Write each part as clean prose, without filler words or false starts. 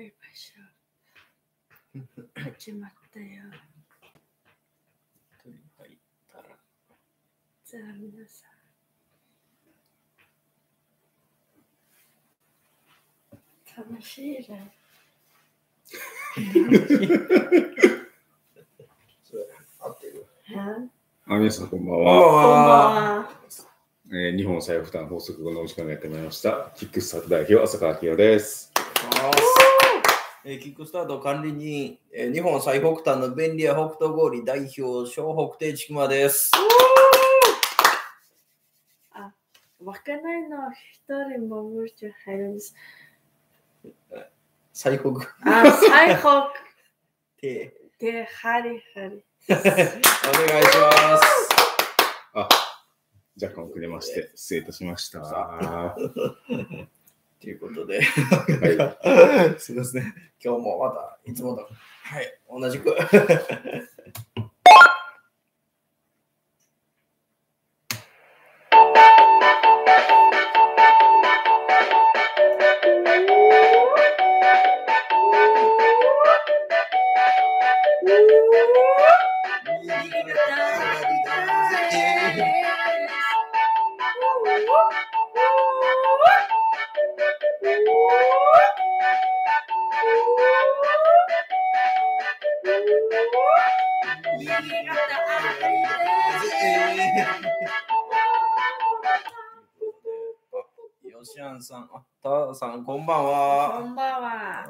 りましょう。始まったよ。 一人入ったら。 じゃあ皆さん。楽しいね。 合ってる。 皆さんこんばんこんばんは。 は。 日本財布負担法則後のお時間がやってまいりました。キックスタート代表、浅川明夫です。 キックスタート管理人、日本最北端の便利屋北東郡代表、小北定ちくまです。 わかんないの一人も無理入るんです。 最北。 最北。 で、 ハリハリ。 お願いします。 若干遅れまして、失礼いたしました。 ということで、 はい、 すみません。今日もまたいつもと、はい、同じく。よしあんさん、たーさん、こんばんは。 こんばんは。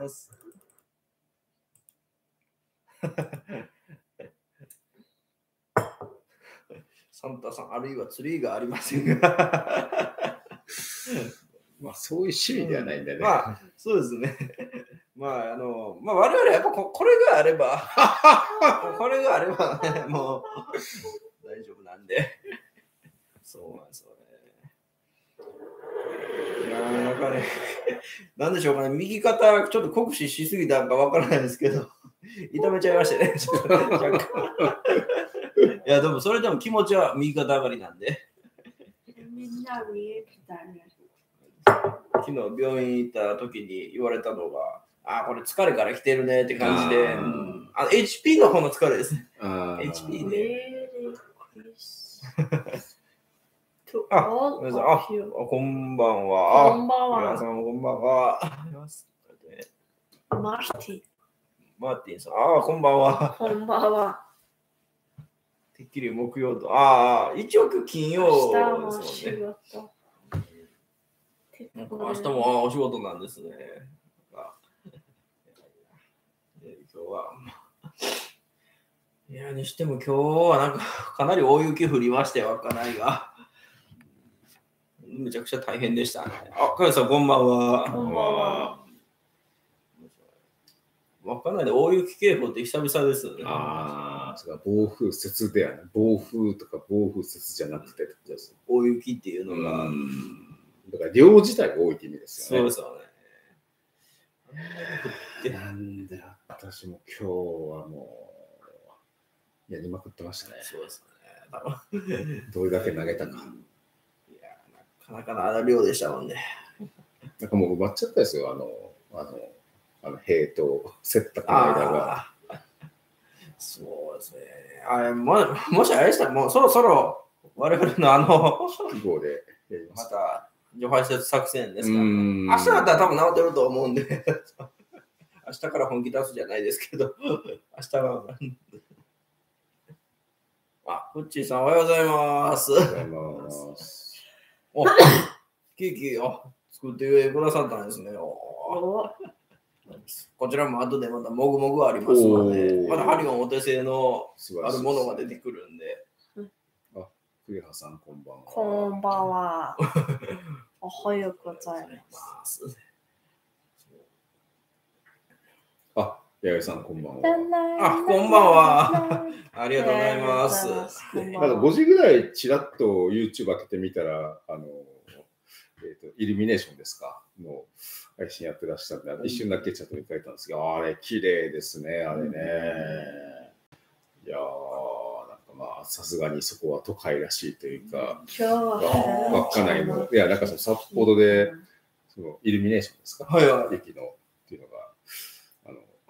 サンタさん、あるいはツリーがありませんが。 まあ、そういう趣味ではないんだね。 まあ、そうですね。まあ、我々やっぱこれがあれば、これがあればね、もう大丈夫なんで。そうなんですよね。いやー、なんかね、なんでしょうかね、右肩ちょっと酷使しすぎたのかわからないですけど、痛めちゃいましたね。いや、でもそれでも気持ちは右肩上がりなんで。 みんな見えたね。 昨日病院行った時に言われたのが、これ疲れから来てるねって感じで、HP の方の疲れですね。HP で。こんばんは。 こんばんは。 皆さん、こんばんは。 マーティンさん、こんばんは。 こんばんは。 てっきり木曜と、一応金曜ですもんね。明日もお仕事なんですね。今日は。いや、にしても今日はなんかかなり大雪降りまして、稚内が。めちゃくちゃ大変でしたね。かよさん、こんばんは。 こんばんは。 稚内で大雪警報って久々ですよね。 暴風雪ではない。暴風とか暴風雪じゃなくて、 大雪っていうのが。 だから量自体が多いって意味ですよね。 そうですよね。 なんで私も今日はもうやりまくってましたね。 そうですね。 どれだけ投げたか。 いや、なかなかな量でしたもんね。 なんかもう埋まっちゃったですよ。塀とセッターの間が。 そうですね。もしあれでしたら、もうそろそろ我々の記号でやりまますた除排雪作戦ですから、 明日だったら多分治ってると思うんで、明日から本気出すじゃないですけど、明日は。フッチーさん、おはようございます。 おはようございます。 ケーキ作ってくださったんですね。こちらも後でまたもぐもぐありますので、まだハリオンお手製のあるものが出てくるんで。 栗原さん、こんばんは。 こんばんは。おはようございます。 八重さん、こんばんは。 こんばんは。ありがとうございます。 まだ5時ぐらいちらっと YouTube 開けてみたら、イルミネーションですかの配信やってらっしゃるんで、一瞬だけチャットに書いたんですけど、あれ、綺麗ですね、あれね。いやー、なんかまあ、さすがにそこは都会らしいというか、稚内の、いや、なんかその札幌で、そのイルミネーションですか、 はいはい、 駅のっていうのが、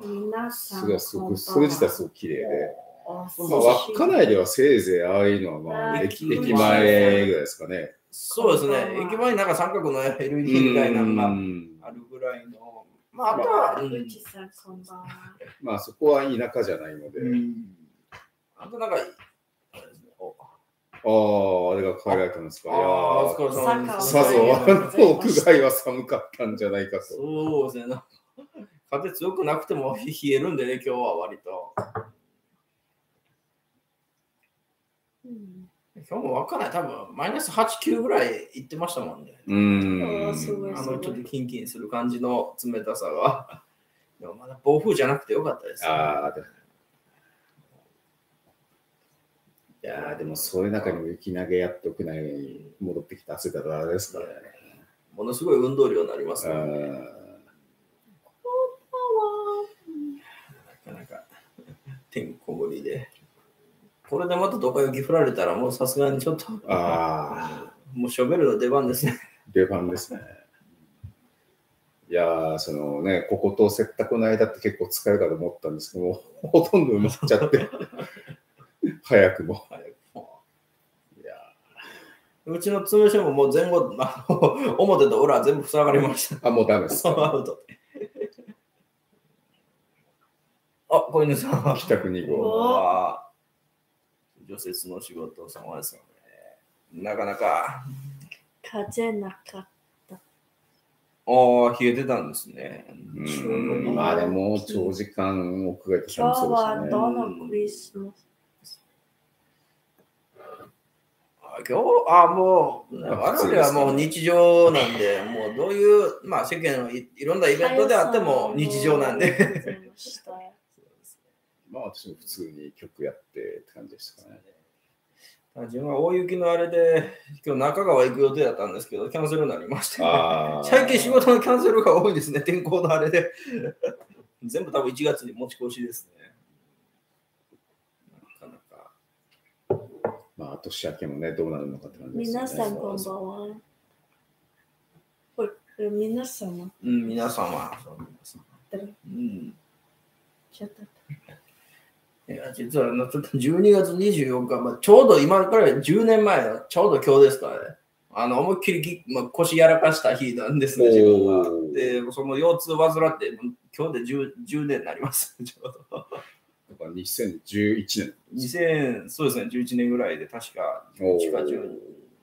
皆さん、 すごく、それ自体すごく綺麗で。 おまあ、稚内ではせいぜいああいうのは、まあ、駅前ぐらいですかね。 そうですね。駅前になんか三角の LED みたいなのがあるぐらいの。まあ、あとは、 うちさん、こんばんは。 まあ、そこは田舎じゃないので。 あとなんか、 ああ、あれが変えられたんですか。いやお疲れ様です。 さぞ屋外は寒かったんじゃないかと。 そうですね。風強くなくても冷えるんでね、今日は割と。今日もわかんない。多分マイナス8、9ぐらい行ってましたもんね。 すごいちょっとキンキンする感じの冷たさが。でもまだ暴風じゃなくてよかったです、ね。 いやでもそういう中にも雪投げやって屋内に戻ってきた汗だとあれですからね。 ものすごい運動量になりますね。なかなかてんこ盛りで。これでまたドカ雪降られたらもうさすがにちょっと。もうショベルの出番ですね。 出番ですね。いやそのね、ここと接託の間って結構使えるかと思ったんですけども、ほとんど埋まっちゃって。早くも。 いやうちの通務所ももう前後、表と裏全部塞がりました。 もうダメですか。 小犬さん。 帰宅2号。 除雪の仕事様ですよね。なかなか。 風なかった。 冷えてたんですね。 まあでも長時間屋外って寒そうでしたね。今日はどのクリスマス？ 今日もう我々はもう日常なんで、もうどういう、まあ、世間のいろんなイベントであっても日常なんで。 まあ私も普通に曲やってって感じでしたかね。 自分は大雪のあれで、今日中川行く予定だったんですけど、キャンセルになりまして、最近仕事のキャンセルが多いですね、天候のあれで。全部多分1月に持ち越しですね。なかなか。 まあ年明けもね、どうなるのかって感じですね。 皆さんこんばんは。これ皆様。 皆様。 ちょっと。 いや実はちょっと12月24日、ちょうど今から10年前のちょうど今日ですからね。思いっきり、腰やらかした日なんですね、自分は。で、その腰痛を患って、今日で 10年になります。ちょうど。 だから2011 年。そうですね、11年ぐらいで、確か11か10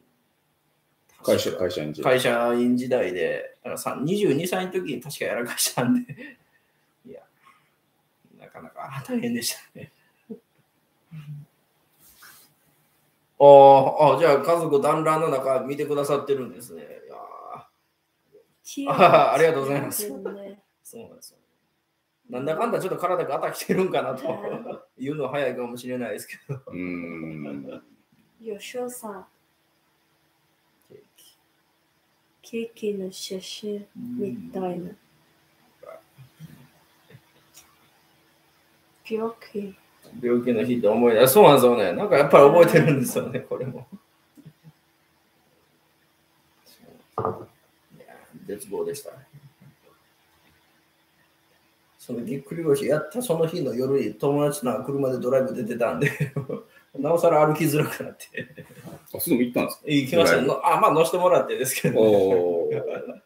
会社員時代で、22歳の時に確かやらかしたんで、いや、なかなか大変でしたね。じゃあ家族団らんの中見てくださってるんですね。ありがとうございます。そうなんですよ。なんだかんだちょっと体がガタきてるんかなと言うのは早いかもしれないですけど。 吉尾さん。ケーキの写真みたいな。 病気の日って思い出す。そうなんですよね。なんかやっぱり覚えてるんですよね、これも。いや、絶望でした。そのぎっくり腰やったその日の夜に友達の車でドライブ出てたんで、なおさら歩きづらくなって。 そういうのも行ったんですか？ 行きましたね。乗せてもらってですけど、ね。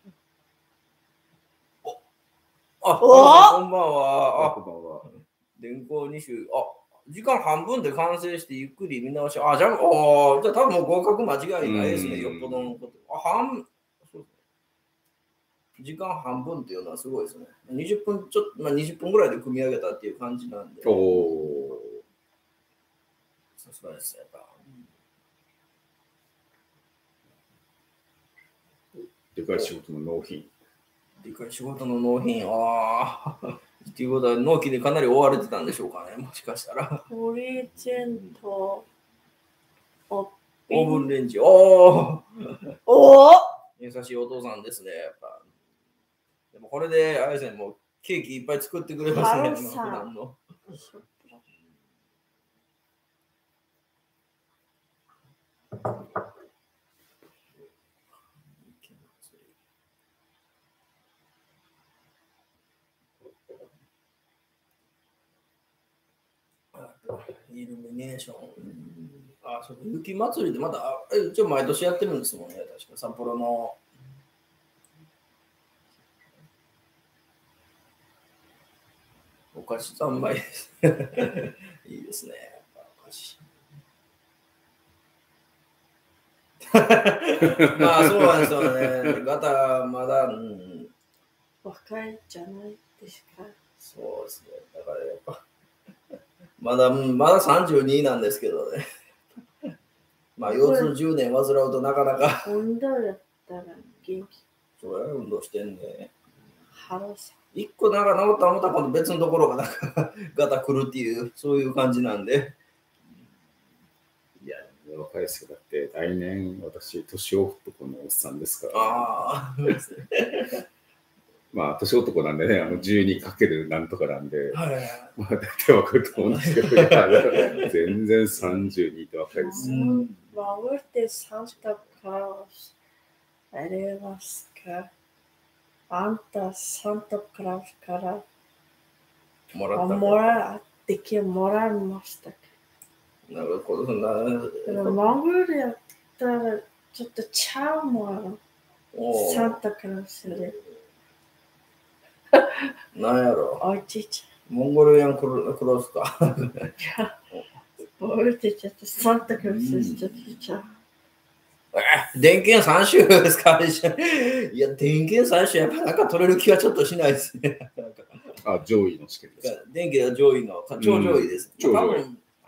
こんばんは。電光2週。時間半分で完成してゆっくり見直し。じゃあ多分もう合格間違いないですね。よっぽどのこと。時間半分っていうのはすごいですね。20分20分ぐらいで組み上げたっていう感じなんで。さすがです。やっぱ。 でかい仕事の納品。 でかい仕事の納品。っていうことは納期でかなり追われてたんでしょうかね。もしかしたら。 オリジンとオーブンレンジ。優しいお父さんですね。やっぱ。でもこれであれですね、もうケーキいっぱい作ってくれますね。普段の。 イルミネーション。あ、そう、雪祭りでまだ、一応毎年やってるんですもんね、確か札幌の。お菓子3枚です。いいですね。お菓子。まあそうなんですよね。ガタまだ、 若いじゃないですか。 そうですね。だからやっぱ、まだ32なんですけどね。まあ腰痛10年患うとなかなか。 運動やったら元気。 それは運動してんね。 腹さ。 一個なんか治った思ったら今度別のところがなんかガタくるっていう、そういう感じなんで。 いや、若いですよ。だって来年私、年男のおっさんですから、 ああ。 まあ、年男なんでね、12かけるなんとかなんで、 はい。 まあ、大体わかると思うんですけど、いや全然32って若いですよ。 守ってサンタクロースありますか？あんたサンタクロースからもらいましたか？ なるほどな。 守るやったらちょっとちゃうもん。サンタクロースで。 なんやろ。 おじいちモンゴルヤンクロスか。 ゃん。覚えてちゃってサンタクロースしちゃってちゃう。 電源3週ですか？いや、電源3週やっぱなんか取れる気はちょっとしないですね。 あ、上位の試験です。 電源は上位の、超上位です。 超上位。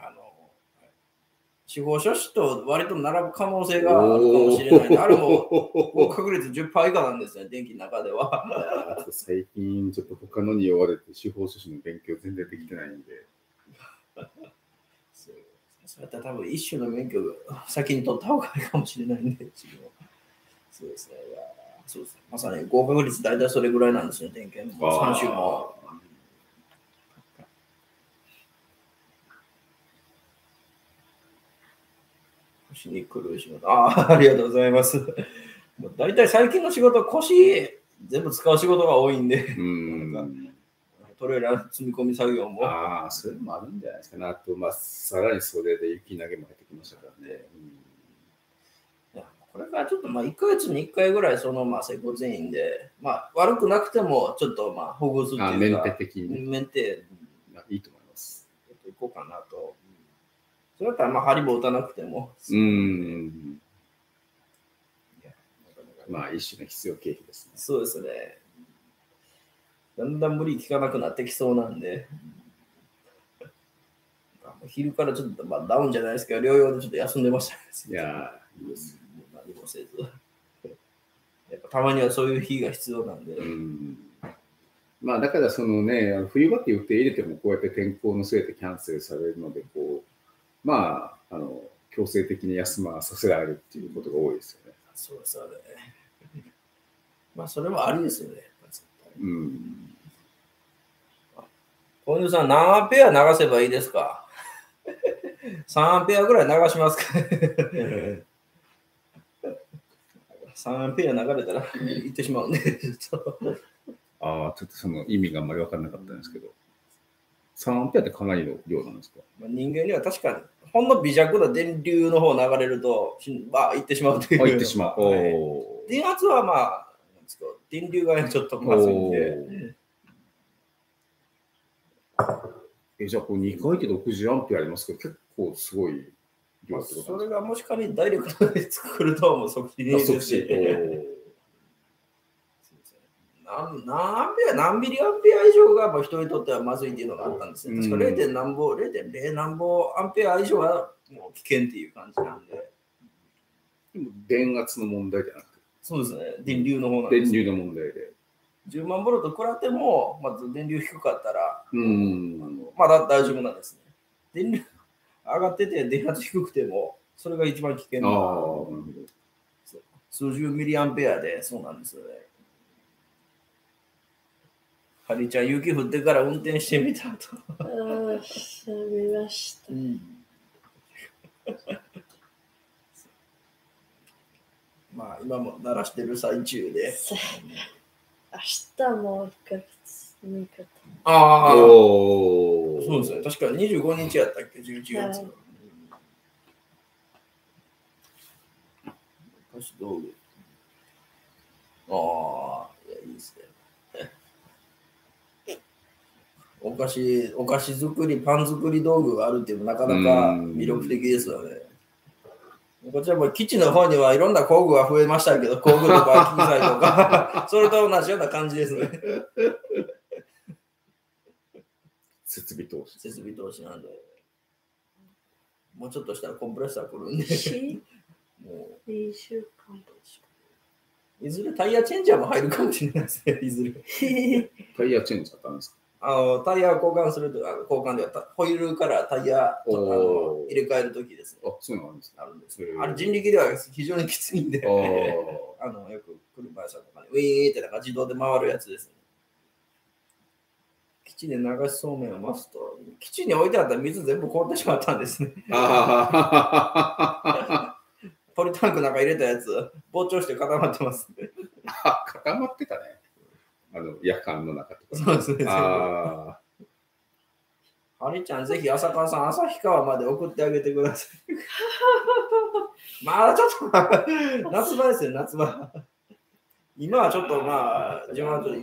司法書士と割と並ぶ可能性があるかもしれない。あれも合格率 10% 以下なんですね、電気の中では。 最近ちょっと他のに追われて司法書士の勉強全然できてないんで。 そうやったら多分一種の免許が先に取った方がいいかもしれないんで、そうですね。そうですね。まさに合格率大体それぐらいなんですよ、電検も。3種も。腰に来る仕事。ありがとうございます。大体最近の仕事、腰全部使う仕事が多いんで、トレーラー積み込み作業も。 ああ、それもあるんじゃないですかね。あと、まあ、さらにそれで雪投げも入ってきましたからね。 これからちょっと1ヶ月に1回ぐらい、整骨院で、悪くなくても、ちょっとほぐすっていうか、 メンテ的に。 メンテいいと思います。 いこうかなと。それだったら、針も打たなくても。 まあ、一種の必要経費ですね。 そうですね。だんだん無理効かなくなってきそうなんで。昼からちょっと、ダウンじゃないですけど、療養でちょっと休んでましたね。 いやー、いいです。 何もせず。やっぱたまにはそういう日が必要なんで。 まあ、だから冬場って予定入れてもこうやって天候のせいでキャンセルされるので、強制的に休まさせられるっていうことが多いですよね。 そうですよね。それもありですよね。小犬さん、何アンペア流せばいいですか？3アンペアぐらい流しますか？3アンペア流れたら行ってしまうんで。 ちょっとその意味があんまり分からなかったんですけど、3アンペアってかなりの量なんですか？ 人間には確かに、ほんの微弱な電流の方流れると、行ってしまうという。 行ってしまう。 電圧は電流がちょっとまずいんで。 じゃあ、2回で60アンペアありますけど、結構すごい量ってことですか？ それがもし仮にダイレクトで作ると、もう即死に何ミリアンペア以上が人にとってはまずいっていうのがあったんですね。確か 0. 何歩、0.0 何歩アンペア以上はもう危険っていう感じなんで。 でも電圧の問題じゃなくて。 そうですね。電流の方なんです。 電流の問題で。 10万ボルト食らっても、まず電流低かったら、まだ大丈夫なんですね。電流上がってて、電圧低くても、それが一番危険な。数十ミリアンペアで、そうなんですよね。ハリちゃん、雪降ってから運転してみたと。 見ました。 今も鳴らしてる最中で。 明日も1ヶ月。 ああ、 おそうですね。確かに25日やったっけ、11月の。お菓子道具。ああ、いや、いいですね。お菓子作り、パン作り道具があるっていうのはなかなか魅力的ですよね。こちらも基地の方にはいろんな工具が増えましたけど、工具とか機材とか、それと同じような感じですね。 設備投資。 設備投資なんで、もうちょっとしたらコンプレッサー来るんで、もう 2週間。 いずれタイヤチェンジャーも入るかもしれないですね、いずれ。 タイヤチェンジャーってあるんですか？ タイヤを交換すると、交換ではホイールからタイヤと入れ替えるときですね。 あ、そういうのあるんですか？ あるんです。あれ人力では非常にきついんで、よく車屋さんとかにウィーってなんか自動で回るやつですね。基地で流しそうめんを回すと、基地に置いてあった水全部凍ってしまったんですね。ポリタンクなんか入れたやつ、膨張して固まってます。 固まってたね。夜間の中とか。 そうですね。ハリちゃん、ぜひ浅川さん、旭川まで送ってあげてください。まだちょっと、夏場ですよ、夏場。今はちょっと自分はちょ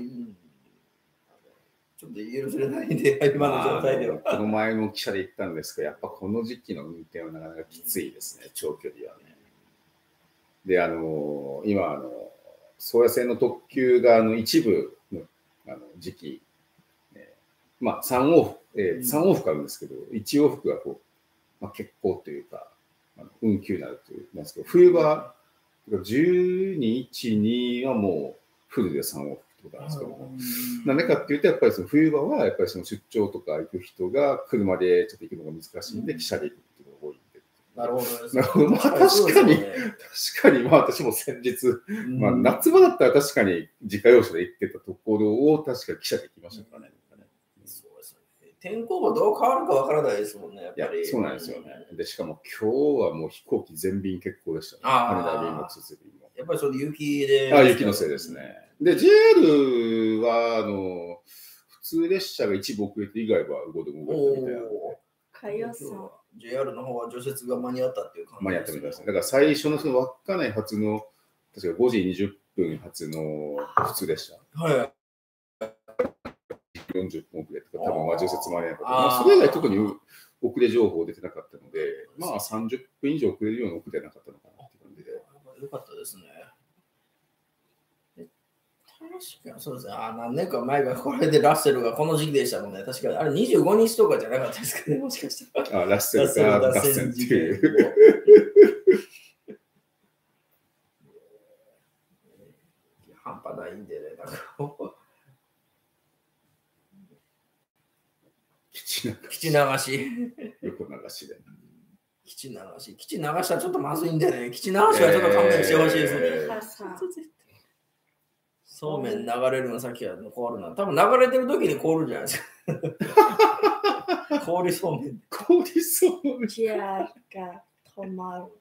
っと許せれないんで、今の状態では。 この前も汽車で行ったんですけど、やっぱこの時期の運転はなかなかきついですね、長距離はね。で、今、宗谷線の特急が一部の時期、3往復あるんですけど、1往復が欠航というか、運休になるというんですけど、冬場、12、1、2はもうフルで3往復ってことなんですけども、なんでかっていうと、やっぱりその冬場はやっぱりその出張とか行く人が車でちょっと行くのが難しいんで、汽車で行くっていうのが多いんで。 なるほどですね。確かに、私も先日、夏場だったら確かに自家用車で行ってたところを確か汽車で行きましたからね。 そうですね。天候もどう変わるかわからないですもんね、やっぱり。 いや、そうなんですよね。で、しかも今日はもう飛行機全便欠航でしたね。羽田便も津々便も。 やっぱりその雪で。 雪のせいですね。で、JR は、普通列車が一部遅れて以外は動いてみたいなので。 JR の方は除雪が間に合ったっていう感じですね。 間に合ったみたいですね。だから最初のその稚内発の、確か5時20分発の普通列車。 はい。 40分遅れとか、多分除雪間に合った。それ以外特に遅れ情報出てなかったので、30分以上遅れるような遅れなかったのかなって感じで。 よかったですね。確かにそうですね。何年か前がこれでラッセルがこの時期でしたもんね。確かにあれ25日とかじゃなかったですかね、もしかしたら。 ラッセルが脱線っていう。 半端ないんでね、なんか。基地流し。 横流しで。 基地流したらちょっとまずいんでね。基地流しはちょっと勘弁してほしいですね。そうめん流れるの先は凍るな。多分流れてる時に凍るんじゃないですか。氷そうめん。 氷そうめん。 ジアが止まる。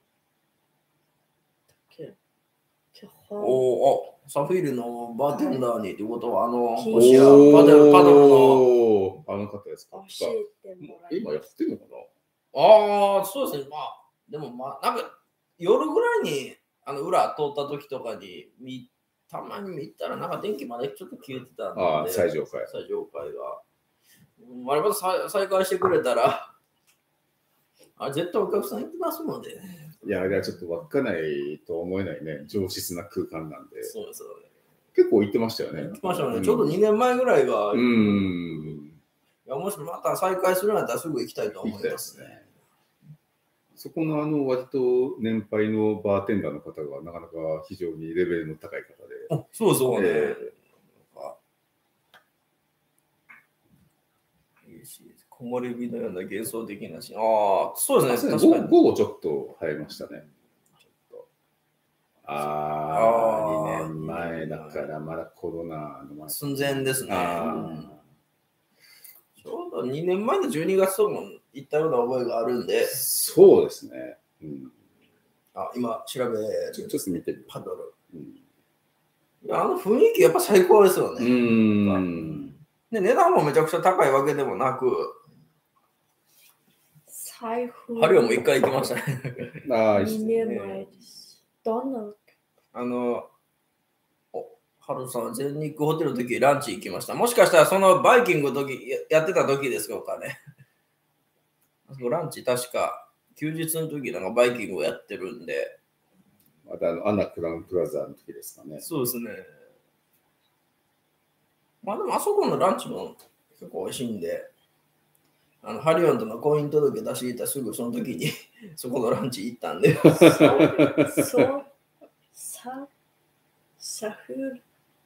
サフィールのバーテンダーにってことは、 星やパドルの。 あの方ですか？ 教えてもら今やってるのかな？そうですね。でもなんか夜ぐらいに裏通った時とかにたまに見たらなんか電気までちょっと消えてたんで。 最上階が。あれまた再開してくれたら、絶対お客さん行ってますので。 いや、ちょっと稚内と思えないね、上質な空間なんで。 そうですよね。 結構行ってましたよね。 行ってましたね。ちょうど2年前ぐらいが。 いや、もしまた再開するんだったらすぐ行きたいと思いますね。 そこの割と年配のバーテンダーの方がなかなか非常にレベルの高い方で。 そうね。木漏れ日のような幻想的なシーン。そうですね。確かに。 午後ちょっと入りましたね。2年前だからまだコロナの前。 寸前ですね。ちょうど2年前の12月とかも行ったような覚えがあるんで。 そうですね。 今調べちょっと見てみる。 パドル。雰囲気やっぱ最高ですよね。 で、値段もめちゃくちゃ高いわけでもなく、 財布。 ハリオも一回行きましたね。 ああ、いいっ 2 す年ね。 前です。どんなハルさんは全日空ホテルの時ランチ行きました。もしかしたらそのバイキングの時やってた時ですかね。ランチ確か休日の時なんかバイキングをやってるんで。 またアナクラウンプラザの時ですかね。 そうですね。まあでもあそこのランチも結構美味しいんで、ハリオンとの婚姻届出していたすぐその時にそこのランチ行ったんで。 サフル。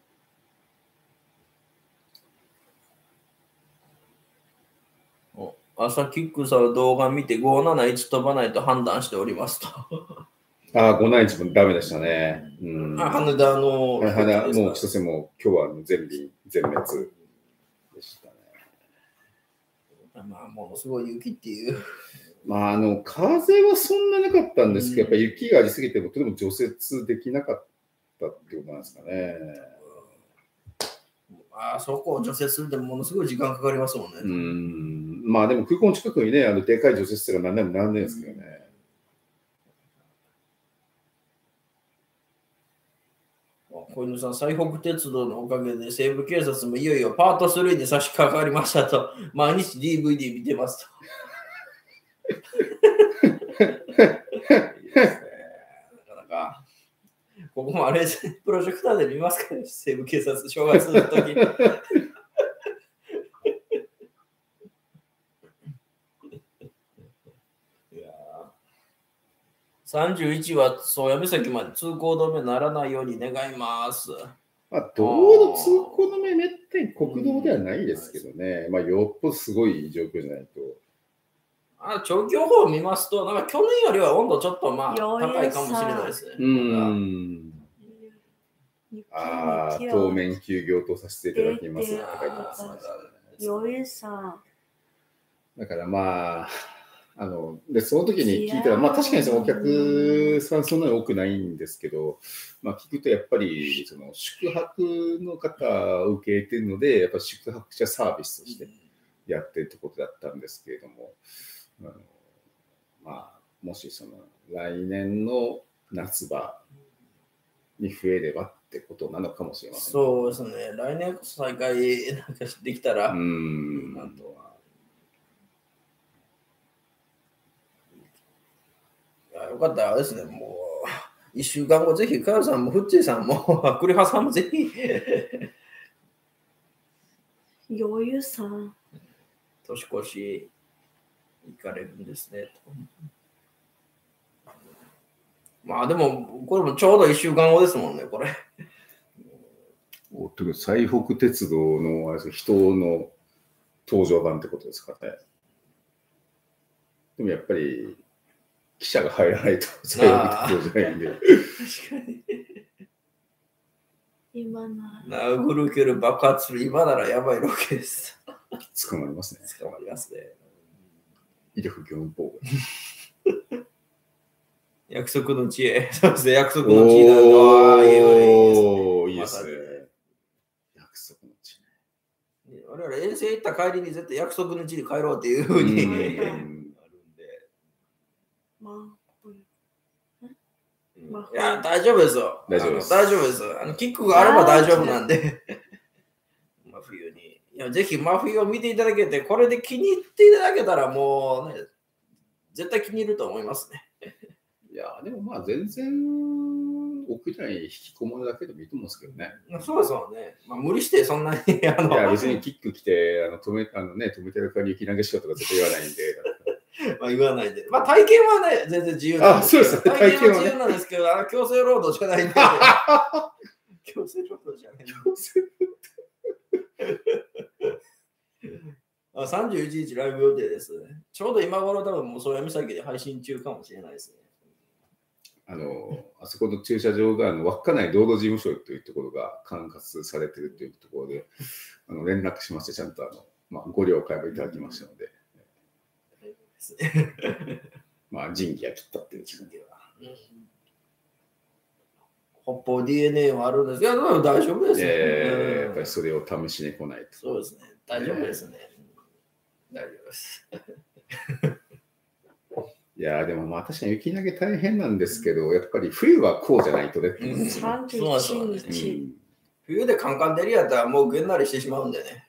朝キックさんの動画見て571飛ばないと判断しておりますと。 ああ、571もダメでしたね。 羽田のもう一つも今日は全滅でしたね。 まあ、ものすごい雪っていう。 まあ、風はそんななかったんですけど、やっぱり雪がありすぎても、とても除雪できなかったっていうことなんですかね。 そこを除雪するでもものすごい時間かかりますもんね。 まあでも空港の近くにね、でかい除雪車が何年も並んでるんですけどね。 小犬さん、最北鉄道のおかげで西部警察もいよいよパート3に差し掛かりましたと、毎日 DVD 見てますと。なかなか、ここもあれですね、プロジェクターで見ますかね、西部警察、正月の時。31は宗谷岬まで通行止めにならないように願います。 まあ、道路通行止めめったに国道ではないですけどね、まあ、よっぽどすごい状況じゃないと。 長期予報を見ますと、なんか去年よりは温度ちょっとまあ高いかもしれないですね。 当面休業とさせていただきますって書いてます。だからまあ、でその時に聞いたら、まあ確かにそのお客さんそんなに多くないんですけど、まあ聞くとやっぱりその宿泊の方を受け入れているので、やっぱ宿泊者サービスとしてやってるってことだったんですけれども、まあもしその来年の夏場に増えればってことなのかもしれません。 そうですね。来年こそ再開なんかできたら、なんとは。よかったらですね、もう1週間後、ぜひ、カヨさんもフッチーさんも、クリハさんもぜひ。 余裕さん。 年越し行かれるんですね。まあでも、これもちょうど1週間後ですもんね、これ。 最北鉄道の人の登場版ってことですかね。でもやっぱり、記者が入らないと最北鉄道じゃないんで。確かに。 今なら。殴るける爆発する今ならやばいロケです。 捕まりますね。 捕まりますね。 威力業務妨害。 約束の知恵。そうですね、約束の知恵なんだ。ああ、いいですね。約束の知恵。 我々遠征行った帰りに絶対約束の地に帰ろうっていうふうにあるんで。いや、大丈夫ですよ。 大丈夫です。 大丈夫です。キックがあれば大丈夫なんで。真冬に。いや、ぜひ真冬を見ていただけて、これで気に入っていただけたらもうね、絶対気に入ると思いますね。 いや、でもまあ全然屋内に引きこもるだけでもいいと思うんですけどね。 そうですよね。まあ、無理してそんなに。いや、別にキック来て止めてるから雪投げしようとか絶対言わないんで。 まあ言わないで。まあ体験はね、全然自由なんですけど。 そうですね。 体験は自由なんですけど、強制労働じゃないんで。強制労働じゃない。31日ライブ予定ですね。ちょうど今頃多分もう宗谷岬で配信中かもしれないですね。 あそこの駐車場が稚内道路事務所というところが管轄されているというところで連絡しまして、ちゃんとご了解をいただきましたので、まあ仁義は切ったっていう気分では。 北方 DNA はあるんですけど、大丈夫ですね。 やっぱりそれを試しに来ないと。 そうですね。 大丈夫ですね。大丈夫です。 いやでもまあ確かに雪投げ大変なんですけど、やっぱり冬はこうじゃないとね。 31日。 冬でカンカン照りやったらもうぐんなりしてしまうんでね。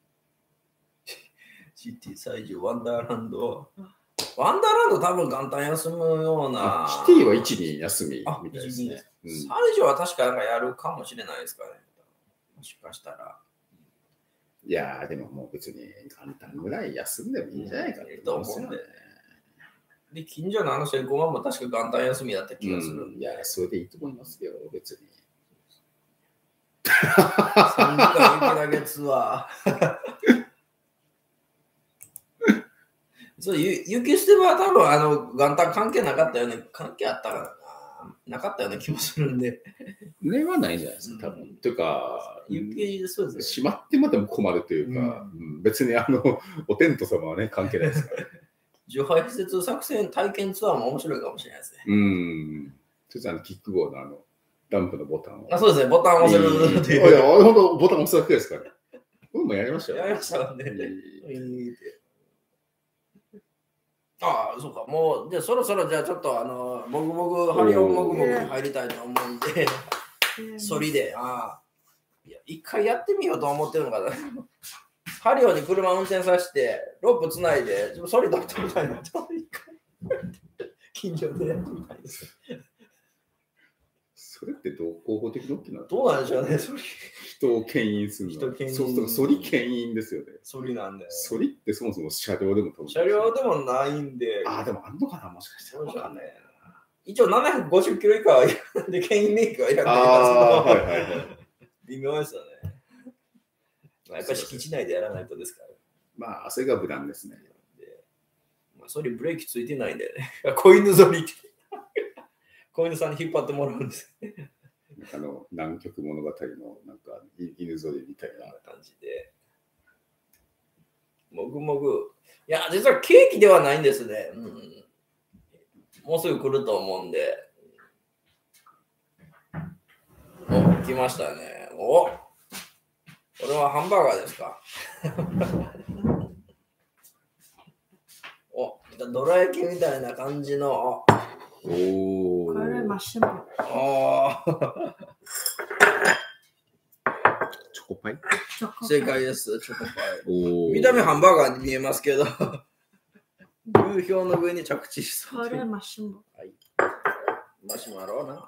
シティ最中ワンダーランド。ワンダーランド多分元旦休むような。 シティは1日休みみたいですね。 最初は確かやるかもしれないですかね。もしかしたら。 いやでももう別に元旦ぐらい休んでもいいんじゃないかと思うんでね。 で、近所のセンコマも確か元旦休みだった気がするんで。 いや、それでいいと思いますよ、別に。 3時間雪投げツアー。そう、雪捨て場は多分元旦関係なかったよね。関係あったからなかったような気もするんで。 ねはないんじゃないですか、多分。というか、 雪、そうですね。 しまってまでも困るというか、別にお天道様はね、関係ないですからね。 除排施設作戦体験ツアーも面白いかもしれないですね。 そしてキックボードのランプのボタンを。 そうですね、ボタンを押せるっていう。 いや、本当ボタン押すだけですからね。僕もやりましたよ。 やりましたね。ああ、そうか。もう、じゃあそろそろじゃあちょっとハリオンもぐもぐ入りたいと思うんで、それで、いや、一回やってみようと思ってるのかな。ハリオに車運転させて、ロープつないで、ソリ取ってみたいな。近所でやってみたいです。 それってどう合法的に OK なの？ どうなんでしょうね、それ。 人を牽引するの。そうすると、ソリ牽引ですよね。 ソリなんで。 ソリってそもそも車両でも飛ぶ。 車両でもないんで。 でもあんのかな、もしかしたら。わかんない。 一応750キロ以下はで牽引免許はいらないですけど。微妙ですよね。やっぱり敷地内でやらないとですから。 まあ、それが無難ですね。 ソリブレーキついてないんでね。子犬ソリって。子犬さんに引っ張ってもらうんです。 南極物語のなんか犬ぞりみたいな感じで。もぐもぐ。いや、実はケーキではないんですね。もうすぐ来ると思うんで。来ましたね。これはハンバーガーですか。どら焼きみたいな感じの。 これマシュマロ。 チョコパイ？ 正解です、チョコパイ。見た目ハンバーガーに見えますけど、流氷の上に着地しそう。 これマシュマロ。 マシュマロな。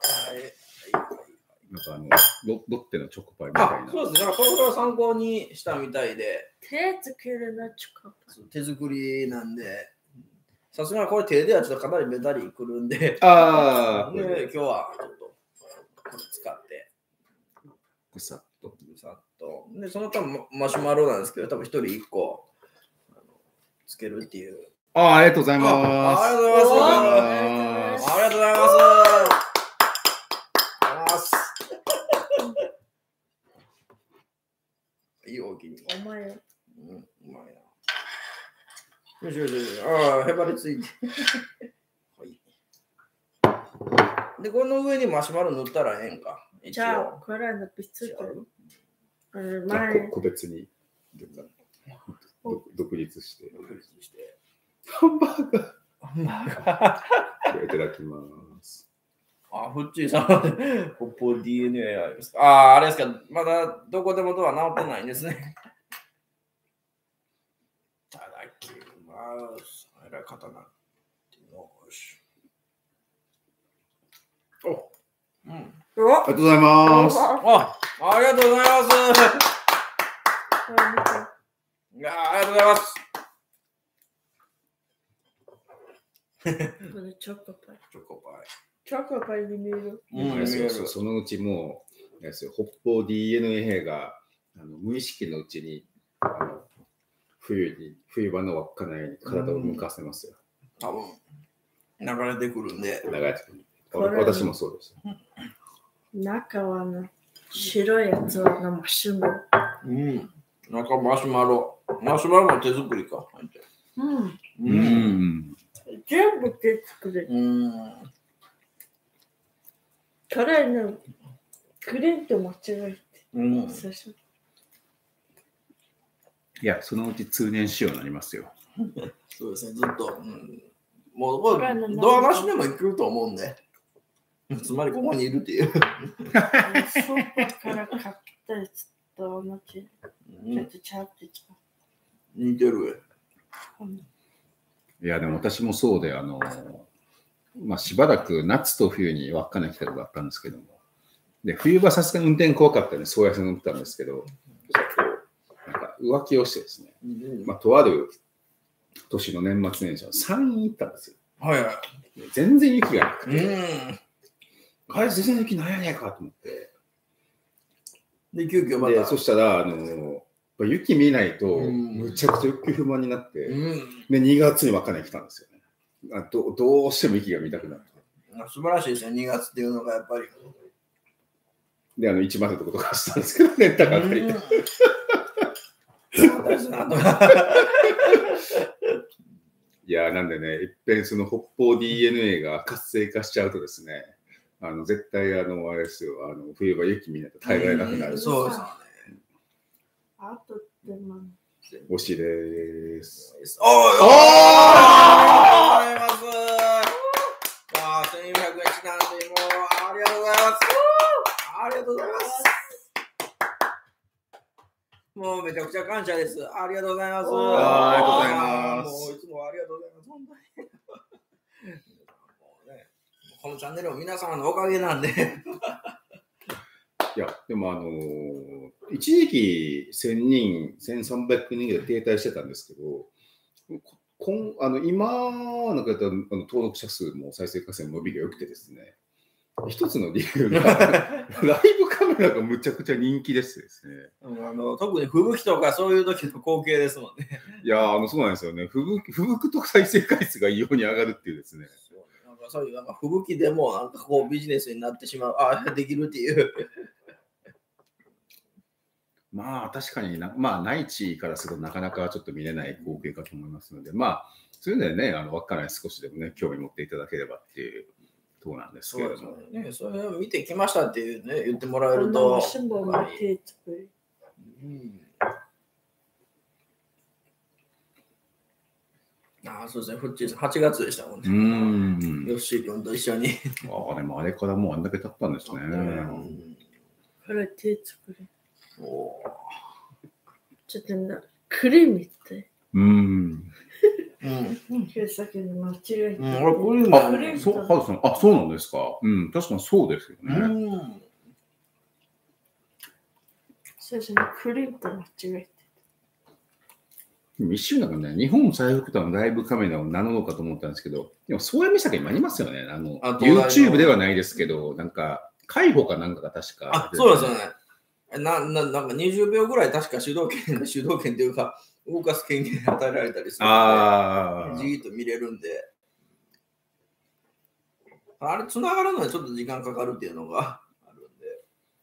なんかロッテのチョコパイみたいな。 そうですね。これを参考にしたみたいで。 手作りのチョコパイ。 手作りなんで。さすがにこれ手ではちょっとかなりベタリくるんで。で、今日はちょっとこれ使って。 ぐさっと。 で、その多分マシュマロなんですけど、多分一人一個つけるっていう。 ありがとうございます。 ありがとうございます。ありがとうございます。いい大きに。 お前よ。 うまいな。よし。へばりついて。はい。で、この上にマシュマロ塗ったらええんか。 じゃあ、これの別個別に独立して。 ハンバーガー。いただきます。 フッチーさんまで、ポッポ DNA ありますか？あれですか、まだどこでもドア直ってないんですね。いただきます。えらい刀。よし。 ありがとうございます。 ありがとうございます。ありがとうございます。 これチョコパイ。チョコパイに見える。 そのうちもう、北方 DNA が無意識のうちに冬場の稚内に体を向かせますよ。 多分流れてくるんで。 流れてくる。私もそうです。 中は白いやつはマシュマロ。 中マシュマロ。マシュマロも手作りか。 全部手作り。これね、クリーンと間違えて。 いや、そのうち通年仕様になりますよ。 そうですね、ずっと。もう、ドアなしでも行くと思うんで。つまりここにいるっていう。 スーパーから買ったやつと同じ。ちょっとちゃうって言った。 似てる。 いや、でも私もそうで、しばらく夏と冬に稚内来たことがあったんですけども、で冬場さすがに運転怖かったんで、そうやって乗ってたんですけど、なんか浮気をしてですね、とある年の年末年始は山陰行ったんですよ。 はいはい。 全然雪がなくて、あれ全然雪ないやねえかと思って。 で、急遽また。 そしたら、雪見ないと、むちゃくちゃ雪不満になって、で、2月に稚内来たんですよね。どうしても雪が見たくなって。 素晴らしいですね、2月っていうのがやっぱり。 で、1万円のとことかしたんですけど、レンタカー借りて。いや、なんでね、いっぺんその北方 DNA が活性化しちゃうとですね、絶対あれですよ、冬場雪見ないと耐えられなくなる。 そうですね。 あとでも。 推しです。 ありがとうございます。1400円ちなんで、もうありがとうございます。ありがとうございます。もうめちゃくちゃ感謝です。ありがとうございます。 ありがとうございます。 もういつもありがとうございます。本当に。このチャンネルも皆様のおかげなんで。 いや、でも一時期1000人、1300人ぐらい停滞してたんですけど、今なんか登録者数も再生回数も伸びが良くてですね、一つの理由がライブカメラがむちゃくちゃ人気ですね。 特に吹雪とかそういう時の光景ですもんね。 いやそうなんですよね。吹雪と再生回数が異様に上がるっていうですね。 そういう吹雪でもなんかこうビジネスになってしまう、できるっていう。 まあ確かに内地からするとなかなかちょっと見れない光景かと思いますので、そういうのでね、稚内少しでもね、興味持っていただければっていうところなんですけれども。 ね、それを見てきましたっていうね、言ってもらえると。そうですね、フッチーさん8月でしたもんね。ヨッシー君と一緒に。 でもあれからもうあんだけ経ったんですね。 これ手作り。ちょっとクリームみたい。さっきの間違えた。 そうなんですか。確かにそうですよね。 そうですね、クリームと間違えて。 一瞬なんかね、日本最北端のライブカメラを名乗ろうかと思ったんですけど、でも宗谷岬にもありますよね。YouTube ではないですけど、なんか、海保かなんかが確か。 そうですよね。なんか20秒ぐらい確か主導権というか、動かす権限与えられたりするので、じーっと見れるんで、あれ、つながるのにちょっと時間かかるっていうのがあるんで。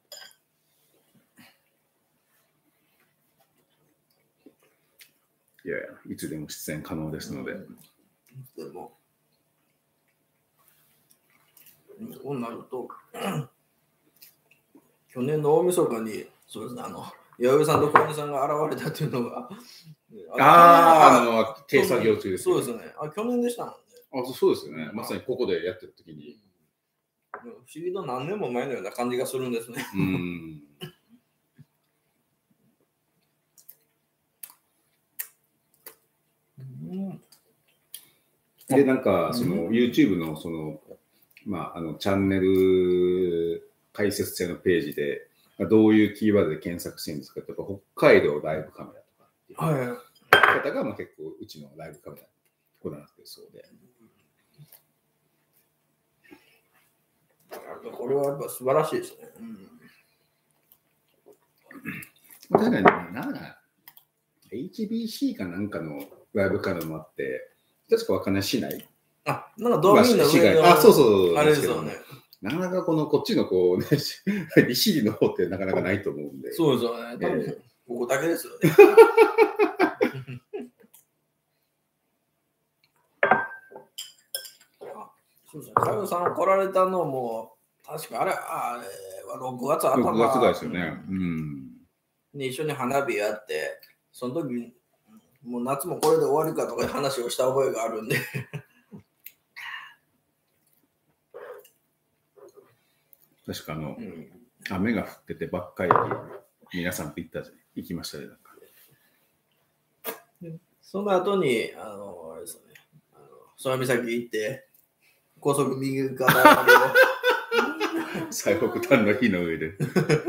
いやいや、いつでも出演可能ですので。 でも、こうなると、去年の大晦日に、そうですね、弥生さんと小西さんが現れたっていうのが、 軽作業中です。 そうですよね。去年でしたもんね。 そうですよね。まさにここでやってる時に。 不思議と何年も前のような感じがするんですね。 で、なんか、YouTube のチャンネル解説者のページで、どういうキーワードで検索してるんですかとか、北海道ライブカメラとかっていう方が結構うちのライブカメラにこだわってるそうで。 これはやっぱ素晴らしいですね。 確かにHBC かなんかのライブカメラもあって、確かわかんない市内。 なんかドーミンの上のそう。 あれですよね。 なかなかこっちの利尻の方ってなかなかないと思うんで。 そうですよね。多分ここだけですよね。そうですね。佳代さん来られたのも、確かあれは6月頭。 6月ぐらいですよね。 一緒に花火やって、 その時、もう夏もこれで終わりかとかいう話をした覚えがあるんで。 確か雨が降っててばっかり皆さんと行きましたね。なんかその後に、あれですね、空岬行って、高速右側まで最北端の日の上で。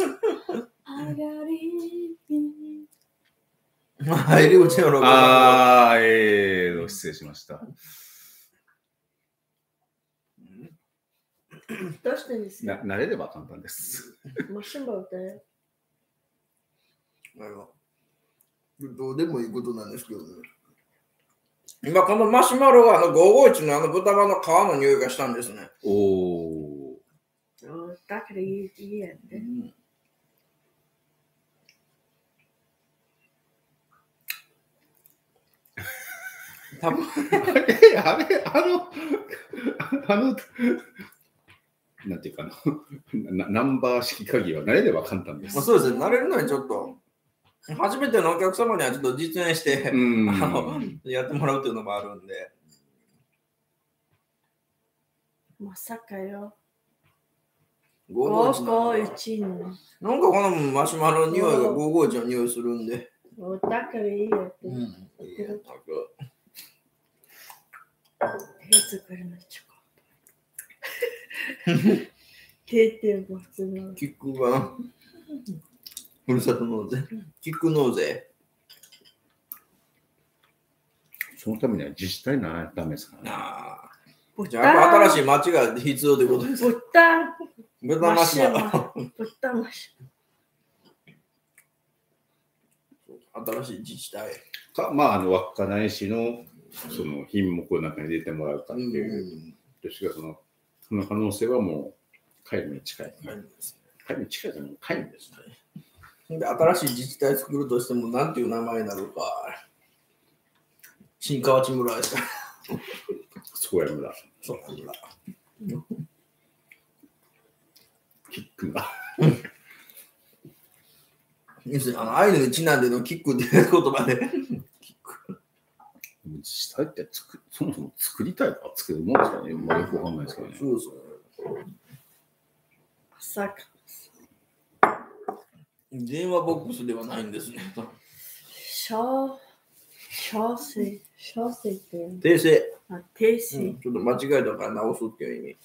入り口のロケ失礼しました。 どうしてんですか？ 慣れれば簡単です。 マシンバルでどうでもいいことなんですけどね。今このマシュマロが551の豚バの皮の匂いがしたんですね。 おお。 だからいいやんね。 多分なんていうかナンバー式鍵は慣れれば簡単です。 そうですね、慣れるのにちょっと。初めてのお客様にはちょっと実演してやってもらうというのもあるんで。 まさかよ。 551の。なんかこのマシュマロの匂いが551の匂いするんで。 だからいいよって。手作りのチョコ。手ってボツの。 キックが。ふるさと納税。キック納税。 そのためには自治体ならダメですからね。 じゃあ新しい町が必要ということです。 豚マシュマロ。豚マシュマロ。新しい自治体。 稚内市のその品目の中に入れてもらうかっていう。ですが、その可能性はもう皆無に近い。皆無に近いじゃない、皆無ですね。 で、新しい自治体作るとしても、なんていう名前になるか。新河内村ですか。 そうや村。 そうや村。 キックが。 アイヌにちなんでのキックっていう言葉で。 自治体ってそもそも作りたいから作るもんですかね。よくわかんないですけどね。 そうそう。 まさか。 電話ボックスではないんですね。 小生って訂正。 訂正、 ちょっと間違えたから直すっていう意味。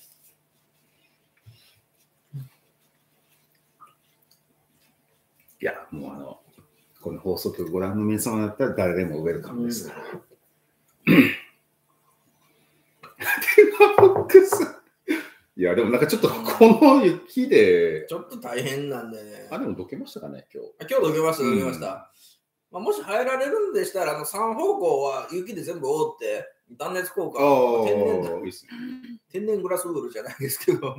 いや、もうこの放送局ご覧の皆様だったら誰でもウェルカムですから。電話ボックス。いや、でもなんかちょっとこの雪で。 ちょっと大変なんでね。 でもどけましたかね、今日。 今日どけました、もし入られるんでしたら、3方向は雪で全部覆って、断熱効果、天然グラスウールじゃないですけど。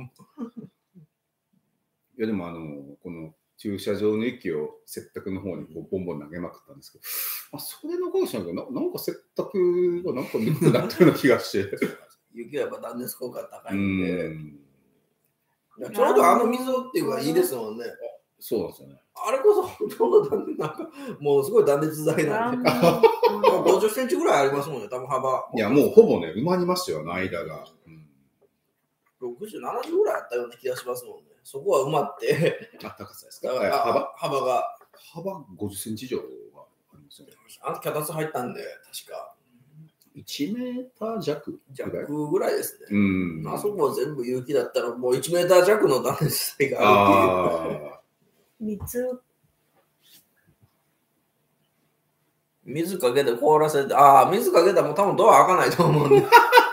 いや、でもこの駐車場の雪を雪卓の方にボンボン投げまくったんですけど、それのかもしれないけど、なんか雪卓がなんかぬくくなったような気がして。 雪はやっぱ断熱効果高いんで。ちょうど水っていうかいいですもんね。 そうなんですよね。 あれこそほとんどなんかもうすごい断熱材なんで。50センチぐらいありますもんね、多分幅。 いや、もうほぼね、埋まりますよ、間が。 60、70ぐらいあったような気がしますもんね。そこは埋まって。 高さですか？ 幅が。 幅50センチ以上はありますよね。 脚立入ったんで、確か。 1メーター弱ぐらいですね。あそこは全部雪だったらもう1メーター弱の断熱材があるっていう。水かけて凍らせて、水かけたらもう多分ドア開かないと思うんで。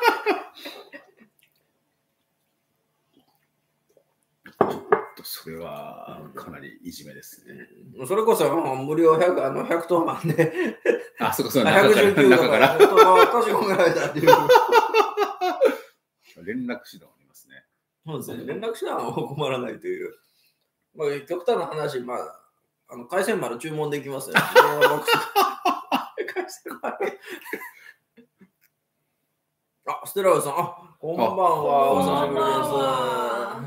それはかなりいじめですね。 それこそ無料110番で。 そこその 119 中から。 閉じ込められたっていう。 連絡手段ありますね。 そうですね。連絡手段は困らないという。極端な話、海鮮丸注文できますよね。ステラウさん、こんばんは。お久しぶ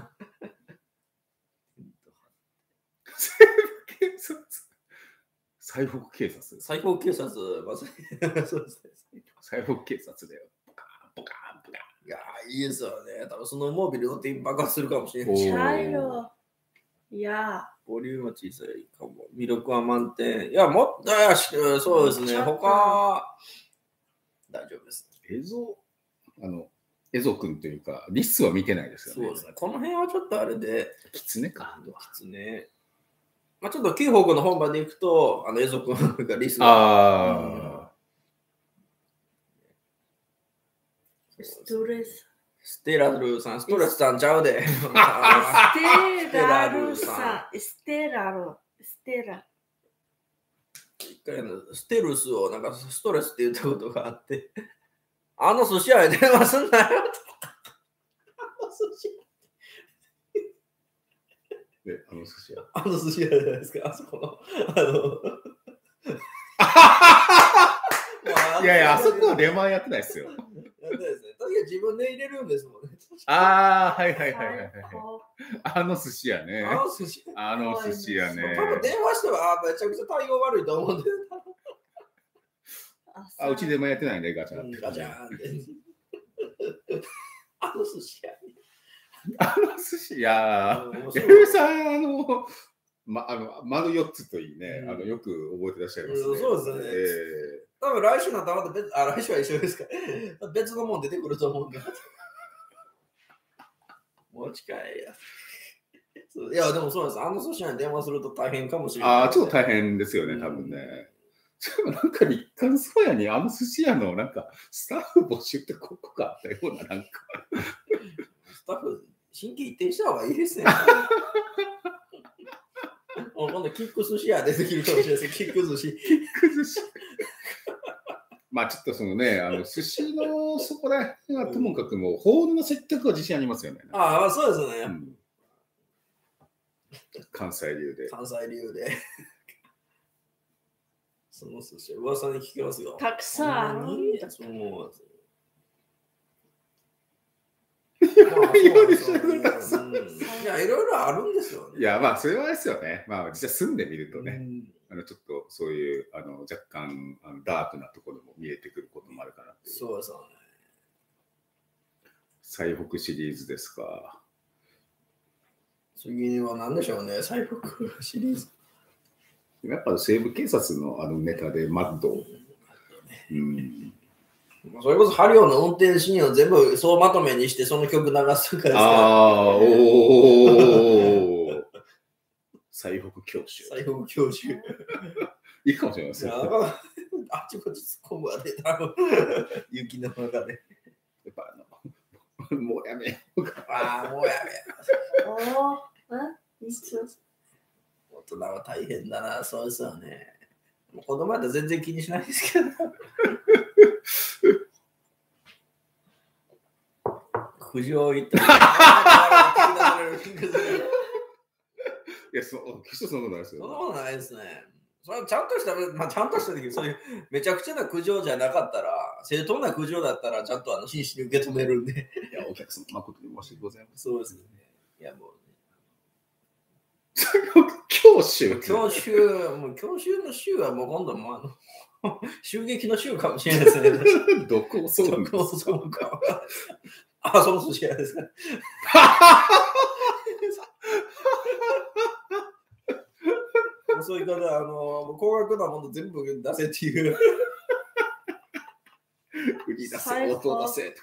りです。 最北警察。 最北警察、まさにそうですね。 最北警察だよ。ポカーン、ポカーン、ポカいやー、いいですよね。多分そのモービル乗って爆発するかもしれなおーい。 茶色。いや。 ボリュームは小さいかも。魅力は満点。いや、もっと、そうですね。 ちょっと他、大丈夫です。 エゾ君というか、リスは見てないですよね。 そうですね。この辺はちょっとあれで、 キツネか。 きつね。まあちょっと旧北の本場で行くと、エゾ君がリスが。 ああ。 ストレス。 ステラルさん、ストレスさんちゃうで。 ステラルさん。ステラル。ステラ。 一回ステルスをなんかストレスって言ったことがあって、寿司屋へ電話すんなよって。寿司で、寿司屋。 寿司屋じゃないですか、あそこの。 いやいや、あそこは出前やってないですよ。 やってないですね。確かに自分で入れるんですもんね。 ああ、はいはいはいはいはい。寿司屋ね。 寿司屋。 寿司屋ね。 多分電話してはめちゃくちゃ対応悪いと思うんで。 うち出前やってないね、ガチャンって。 ガチャンって。寿司屋。 寿司屋。エ面ルさん、丸4つといいね、よく覚えてらっしゃいますね。 そうですね。多分来週なんてまた別、来週は一緒ですか。別のもん出てくると思うんで。持ち帰りや。いや、でもそうです。寿司屋に電話すると大変かもしれない。 ちょっと大変ですよね、多分ね。なんか日刊スパヤに寿司屋のなんかスタッフ募集ってここがあったようななんかスタッフ新規一転した方がいいですね。今度キック寿司屋出てきるかもしれないです。キック寿司。 まあちょっとそのね、寿司のそこら辺はともかくもうホールの接客は自信ありますよね。 そうですね。 関西流で。 関西流で。その寿司噂に聞きますよ。 たくさん。 いや、いろいろあるんですよね。 いや、まあそれはですよね。まあ実際住んでみるとね、ちょっとそういう若干ダークなところも見えてくることもあるかなっていう。 そうですよね。 最北シリーズですか。 次は何でしょうね、最北シリーズ。 やっぱ西部警察のネタでマッド。 それこそハリオの運転シーンを全部総まとめにしてその曲流すから最北教習。 最北教習。 いいかもしれません。 あっちこっち突っ込むわね、多分雪の中で。 やっぱもうやめようか。 もうやめ。 いつ大人は大変だな、そうですよね。子供だと全然気にしないですけど。苦情言ったら。 いや、決してそんなことないですよ。 そんなことないですね。それはちゃんとした、ちゃんとした時、そういうめちゃくちゃな苦情じゃなかったら、正当な苦情だったら、ちゃんと真摯に受け止めるんで。 いや、お客様、誠に申し訳ございません。 そうですね。いや、もう。 教習教習の週はもう今度も襲撃の週かもしれないですね。 どこをそうなんですか。その寿司屋ですか。そういう方、高額なもの全部出せっていう。 売り出せ、音出せ。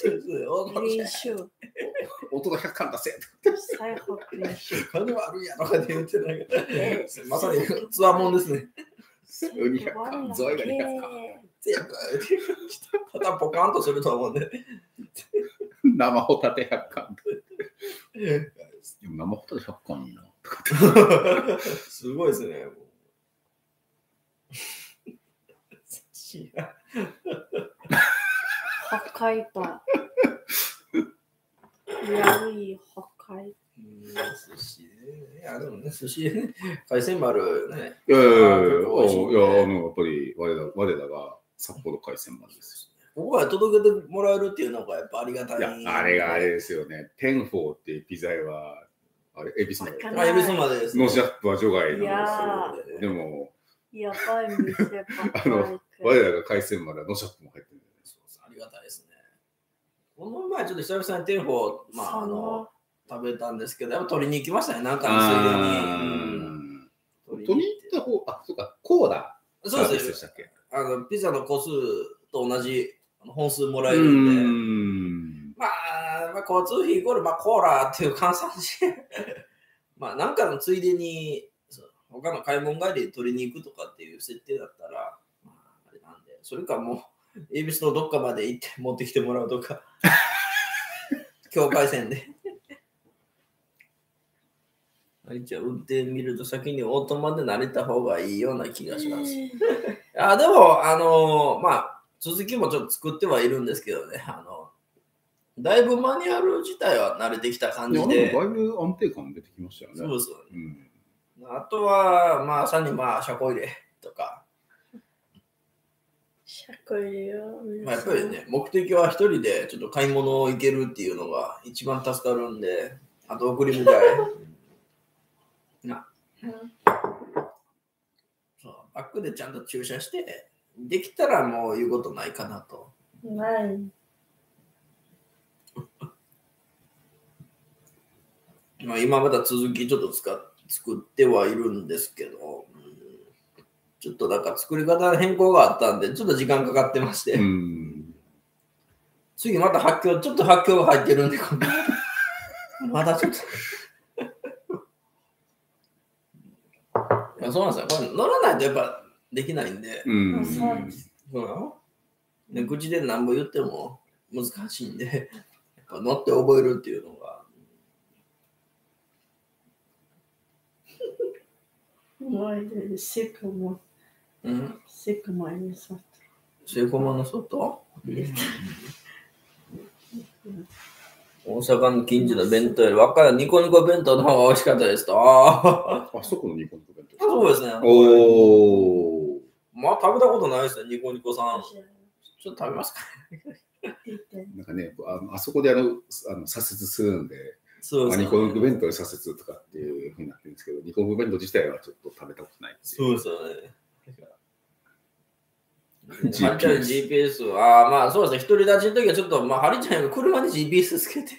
音が100巻出せ。 最北練習。 金はあるんやとかって言ってないけど、まさにつわもんですね。 200巻、ゾイが200巻。 全部、肩ポカンとすると思うんで。 生ホタテ100巻。生ホタテ100巻いいな。 すごいですね。 北海道。やい北海寿司ね。いや、でもね、寿司ね。海鮮丸ね。 いや、やっぱり我らが札幌海鮮丸です。 ここまで届けてもらえるっていうのがやっぱありがたい。 いや、あれがあれですよね。テンフォーっていうピザ屋は、あれ、恵比寿まで。 恵比寿までです。 のジャップは除外なんですよ。でも、 やばい店ばっかり。 我らが海鮮丸はノシャップも入ってる。 そうそう、ありがたいですね。この前ちょっと久々にテンホ、食べたんですけど、やっぱ取りに行きましたね、なんかのついでに。 取りに行った方、そうか、コーダ。 そうですでしたっけ？ ピザの個数と同じ本数もらえるんで、まあ、交通費イコール、コーラっていう換算し、なんかのついでに、他の買い物帰りで取りに行くとかっていう設定だったら、あれなんで、それかもう、恵比寿のどっかまで行って持ってきてもらうとか、境界線で。一応運転見ると先にオートマで慣れた方がいいような気がします。でも、続きもちょっと作ってはいるんですけどね、だいぶマニュアル自体は慣れてきた感じで。 だいぶ安定感出てきましたよね。 そうですよね。あとは、朝に車庫入れとか。 車庫入れよ。 やっぱりね、目的は一人でちょっと買い物行けるっていうのが一番助かるんで、あと送り迎え。そうバックでちゃんと駐車して、できたらもう言うことないかなと。 ない。 今まだ続きちょっと作ってはいるんですけど、ちょっとなんか作り方の変更があったんで、ちょっと時間かかってまして、次またちょっと発狂が入ってるんで、まだちょっと。そうなんですよ。これ乗らないとやっぱできないんで、口で何ぼ言っても難しいんで、やっぱ乗って覚えるっていうのが。 セコマの外。 セコマの外？大阪の近所の弁当より分からんニコニコ弁当の方が美味しかったですと。 あそこのニコニコ弁当。 そうですね。 おー。食べたことないですね、ニコニコさん。ちょっと食べますか？ なんかね、あそこで左折するんで、ニコニコ弁当で左折とかっていうふうになってるんですけど、ニコニコ弁当自体はちょっと食べたことない。 そうですよね。GPS は、そうですね、独り立ちの時はちょっと、ハリちゃんが車に GPS つけて。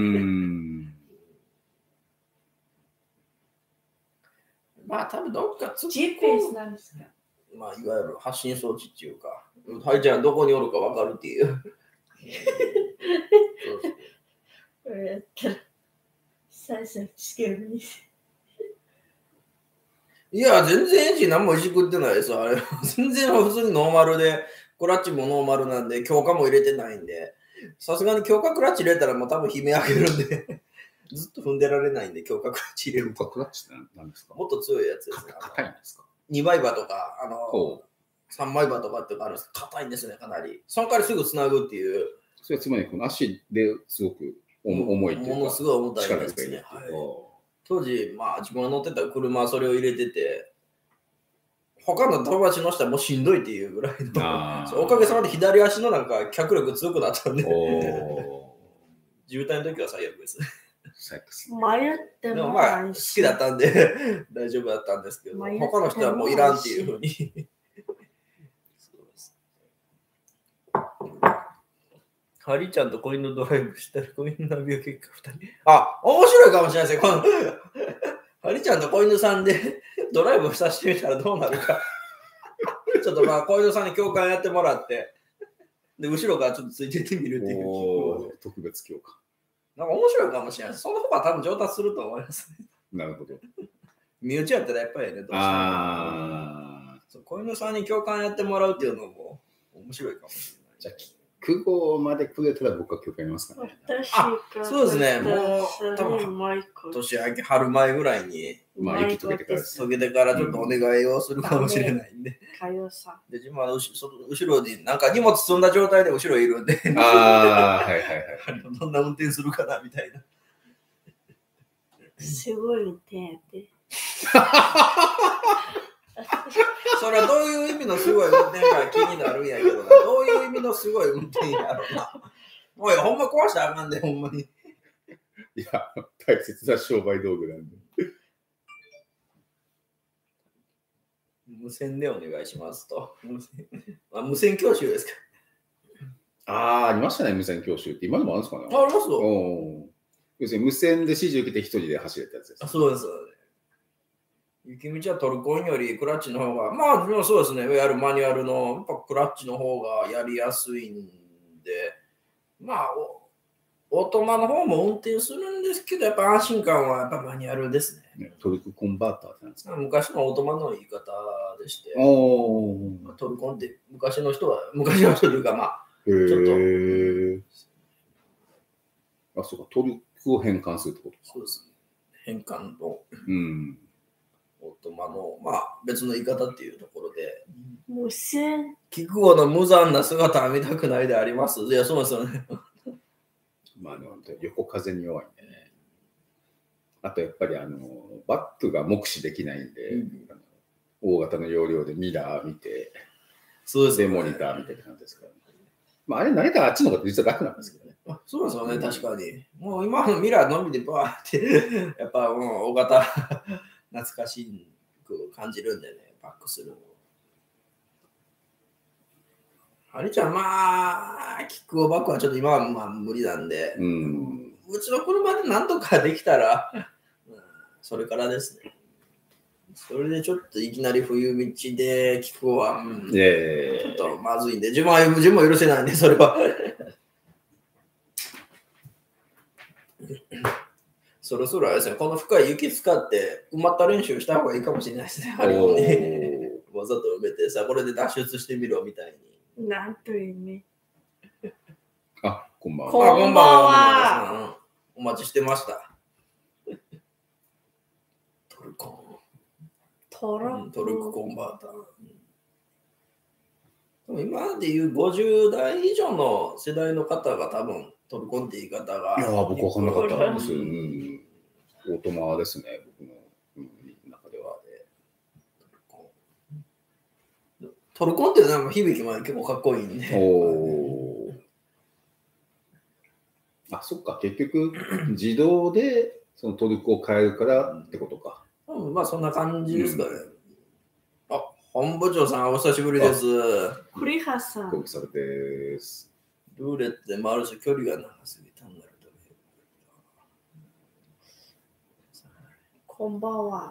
多分どっかつく。 GPS なんですか？ いわゆる発信装置っていうか、ハリちゃんどこにおるか分かるっていう。 最初つけるに。 いや、全然エンジン何もいじくってないです。あれ全然普通にノーマルで、クラッチもノーマルなんで、強化も入れてないんで、さすがに強化クラッチ入れたらもう多分悲鳴上げるんで、ずっと踏んでられないんで、強化クラッチ入れると。 クラッチって何ですか？ もっと強いやつですね。 硬いんですか ？2倍馬とか、3倍馬とかってあるんですけど、硬いんですね、かなり。その代わりすぐつなぐっていう。 それはつまり、この足ですごく重いっていうか、 ものすごい重たいですね。当時、自分が乗ってた車はそれを入れてて、他の友達の人はもうしんどいっていうぐらいの。おかげさまで左足の脚力強くなったんで、渋滞の時は最悪です。 迷っても好きだったんで大丈夫だったんですけど、他の人はもういらんっていうふうに。ハリちゃんと子犬ドライブしたら子犬の病結果2人。面白いかもしれないですね。ハリちゃんと子犬さんでドライブさせてみたらどうなるか。ちょっと子犬さんに共感やってもらって、で後ろからちょっとついてってみるっていう。 特別共感。 なんか面白いかもしれない。その方が多分上達すると思います。 なるほど。 身内やったらやっぱりね、どうしても。子犬さんに共感やってもらうっていうのも面白いかもしれない。 じゃあ空港まで来れたら僕は共感やりますかね。 そうですね。もう多分年明け春前ぐらいに雪解けてからちょっとお願いをするかもしれないんで。で自分は後ろになんか荷物積んだ状態で後ろいるんで。どんな運転するかなみたいな。 すごい運転やって。 それはどういう意味のすごい運転か気になるんやけどな。どういう意味のすごい運転やろうな。おい、ほんま壊したらあかんで、ほんまに。 いや、大切な商売道具なんで。 無線でお願いしますと。無線教習ですか。 ありましたね、無線教習って。今でもあるんですかね。 ありますよ。 要するに無線で指示受けて一人で走れたやつです、 ね。そうです。雪道はトルコンよりクラッチの方が、まあそうですね、やるマニュアルのやっぱクラッチの方がやりやすいんで、まあ、オートマの方も運転するんですけど、やっぱ安心感はやっぱマニュアルですね。 トルクコンバーターってなんですか？ 昔のオートマの言い方でして、トルコンって昔の人というか、まあ、ちょっと。そうか、トルクを変換するってことか。 そうです。変換の、オートマの、まあ、別の言い方っていうところで、 無線。 キクゴの無残な姿は見たくないであります。いや、そうですよね。 まあ、横風に弱いんでね。あと、やっぱりバックが目視できないんで、大型の容量でミラー見て、 そうですね、 モニター見てって感じですからね。まあ、あれ、慣れたらあっちの方が実は楽なんですけどね。 そうですよね、確かに。もう今のミラーのみでバーって、やっぱもう大型、懐かしく感じるんでね、バックするの。あれちゃん、まあ、キックオバックはちょっと今はまあ無理なんで、うちの車でなんとかできたら、それからですね。それでちょっといきなり冬道でキックオは、ちょっとまずいんで、自分も許せないんで、それは。そろそろあれですね、この深い雪使って埋まった練習した方がいいかもしれないですね。わざと埋めてさ、これで脱出してみろみたいに。 なんという意味？ こんばんは。 こんばんは。お待ちしてました。トルクコンバーター。今でいう50代以上の世代の方が多分トルコンって言い方が。 いや僕分かんなかったんですよ。オートマですね、僕の中では。 トルコンってなんか響きまで結構かっこいいんで。 そっか、結局自動でそのトルクを変えるからってことか。 まあそんな感じですかね。本部長さんお久しぶりです。 栗原さん。 ご無沙汰です。 ルーレットで回ると距離が長すぎたんだろうと。 こんばんは。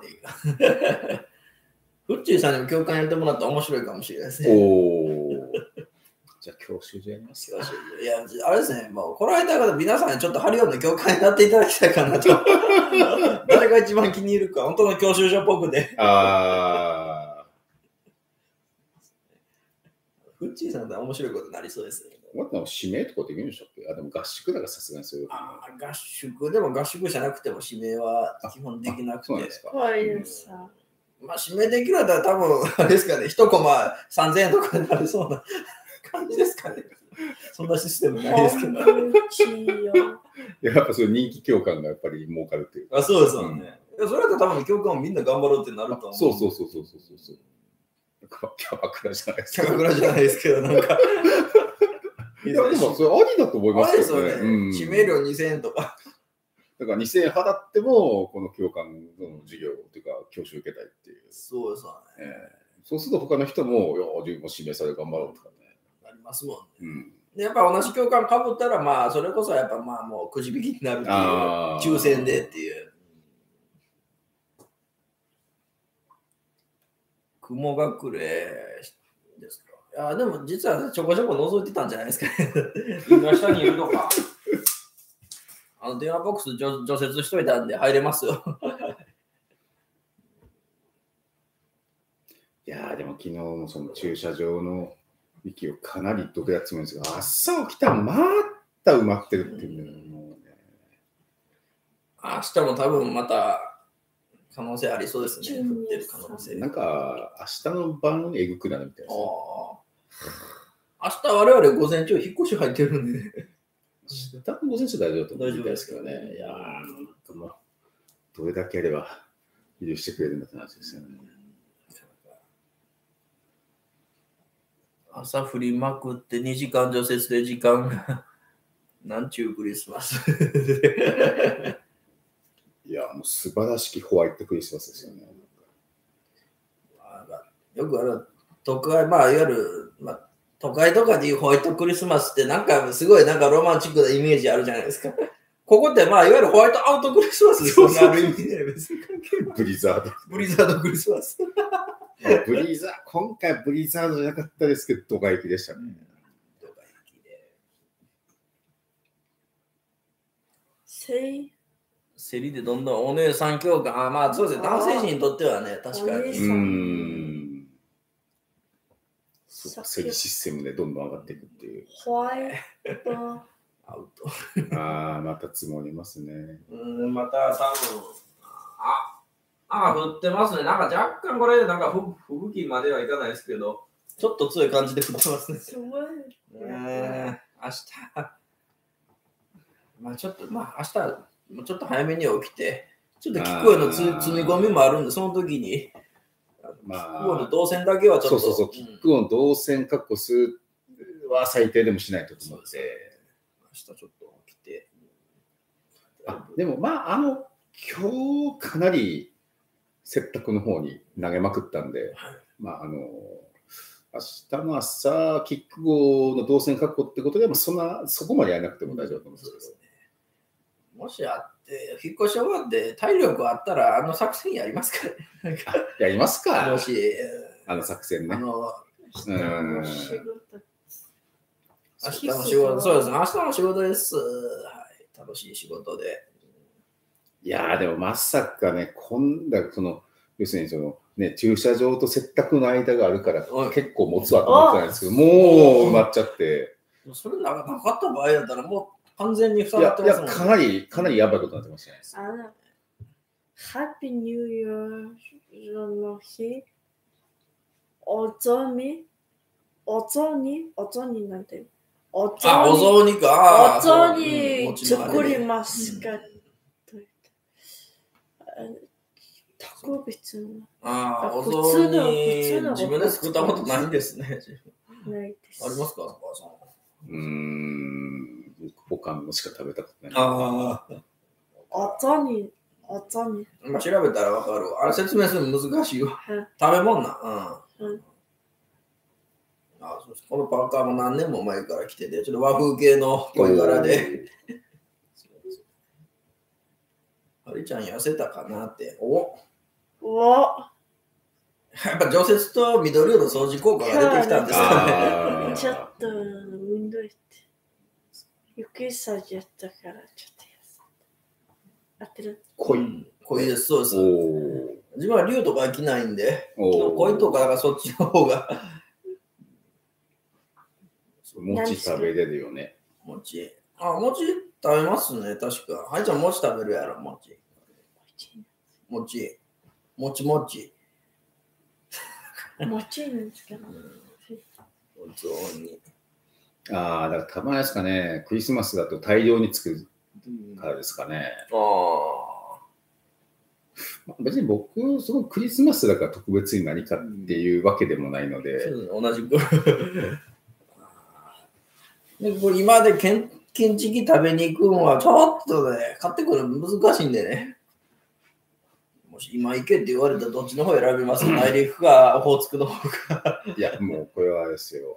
フッチーさんにも共感やってもらったら面白いかもしれないですね。 じゃあ教習所やりますか。 いや、あれですね、もうこの間から皆さんにちょっとハリオンの教会になっていただきたいかなと。誰が一番気に入るか、本当の教習所っぽくで。フッチーさんって面白いことになりそうですね。 指名とかできるんでしたっけ？でも合宿だからさすがにそういう。 合宿、でも合宿じゃなくても指名は基本できなくて。 怖いですさ。 まあ指名できるんだったら多分、あれですかね、1コマ3000円とかになりそうな感じですかね。そんなシステムないですけど。 やっぱそういう人気教官がやっぱり儲かるっていうか。 そうですよね。それだと多分教官もみんな頑張ろうってなると思う。 そう。キャバクラじゃないですか。 キャバクラじゃないですけど、なんか。 いや、でもそれありだと思いますよね。指名料2000円とか。 だから2000円払っても、この教官の授業というか、教習受けたいっていう。 そうですよね。 そうすると他の人も、自分も指名され頑張ろうとかね。 なりますもんね。でやっぱ同じ教官かぶったら、まあ、それこそやっぱまあもうくじ引きになるっていう、抽選でっていう。雲隠れですか。でも実はちょこちょこ覗いてたんじゃないですかね。今下にいるとか。電話ボックス除雪しといたんで入れますよ。 いやでも昨日もその駐車場の息をかなりどけやつもんですが、朝起きたらまた埋まってるっていうのもね。 明日も多分また可能性ありそうですね。降ってる可能性。 なんか明日の晩えぐくなるみたいです、ね。 明日我々午前中引っ越し入ってるんで、ね。 多分午前中大丈夫だと思うんですけどね。いやー、もうどれだけあれば許してくれるんだって話ですよね。 朝降りまくって2時間除雪で時間がなんちゅうクリスマス。 いや、もう素晴らしきホワイトクリスマスですよね。 よく都会、まあ、いわゆる、まあ、都会とかでいうホワイトクリスマスってなんかすごいなんかロマンチックなイメージあるじゃないですか。ここってまあいわゆるホワイトアウトクリスマスですよね。ある意味で別に関係ない。 ブリザード。 ブリザードクリスマス。 今回ブリザードじゃなかったですけど、ドカ行きでしたね。 ドカ行きで。競りでどんどんお姉さん教官、まあそうですね、男性陣にとってはね、確かに。 競りシステムでどんどん上がっていくっていう。 ホワイトアウト。 また積もりますね。 また多分、降ってますね。なんか若干これ、なんか吹雪まではいかないですけど、ちょっと強い感じで降ってますね。 すごい。 明日、まあちょっと、明日、ちょっと早めに起きて、ちょっとキックへの積み込みもあるんで、その時に、キックオンの動線だけはちょっと。 キックオン動線確保するは最低でもしないと思って。 明日ちょっと起きて。 でも今日かなり接託の方に投げまくったんで、明日の朝、キック後の動線確保ってことで、そこまでやらなくても大丈夫だと思うんですけど。 もしあって、引っ越し終わって体力あったら、作戦やりますからね。 やりますか。 もし、 作戦ね。 明日の仕事、そうですね。明日の仕事です。はい。楽しい仕事で。 いやでもまさかね、要するに駐車場と接託の間があるから結構持つわと思ってたんですけど、もう埋まっちゃって。 それなかった場合だったら、もう完全に塞がってますもんね。 かなりやばいことになってましたね。 ハッピーニューイヤーの日、お雑煮なんて。お雑煮作りますか、特別な。 お雑煮、自分で作ったことないんですね。 ないです。 ありますか、お母さん。 他のしか食べたことない。 お雑煮。 調べたらわかるわ。説明するの難しいわ。食べ物な。そうです。このパーカーも何年も前から来てて、ちょっと和風系の声柄で。ありちゃん痩せたかなって。やっぱ除雪と緑色の掃除効果が出てきたんですかね。ちょっと運動して。雪さじゃったからちょっと痩せた。合ってる？ 濃いです、そうです。自分は竜とか着ないんで、濃いとかそっちの方が。 餅食べれるよね。 餅食べますね、確か。はいちゃん餅食べるやろ、餅。餅なんですけど。 だからたまにですかね、クリスマスだと大量に作るからですかね。別に僕、そのクリスマスだから特別に何かっていうわけでもないので。 同じく。これ今でケンチキ食べに行くのはちょっとね、買ってくるの難しいんでね。もし今行けって言われたらどっちの方選びますか？内陸かオホーツクの方か。 いや、もうこれはですよ。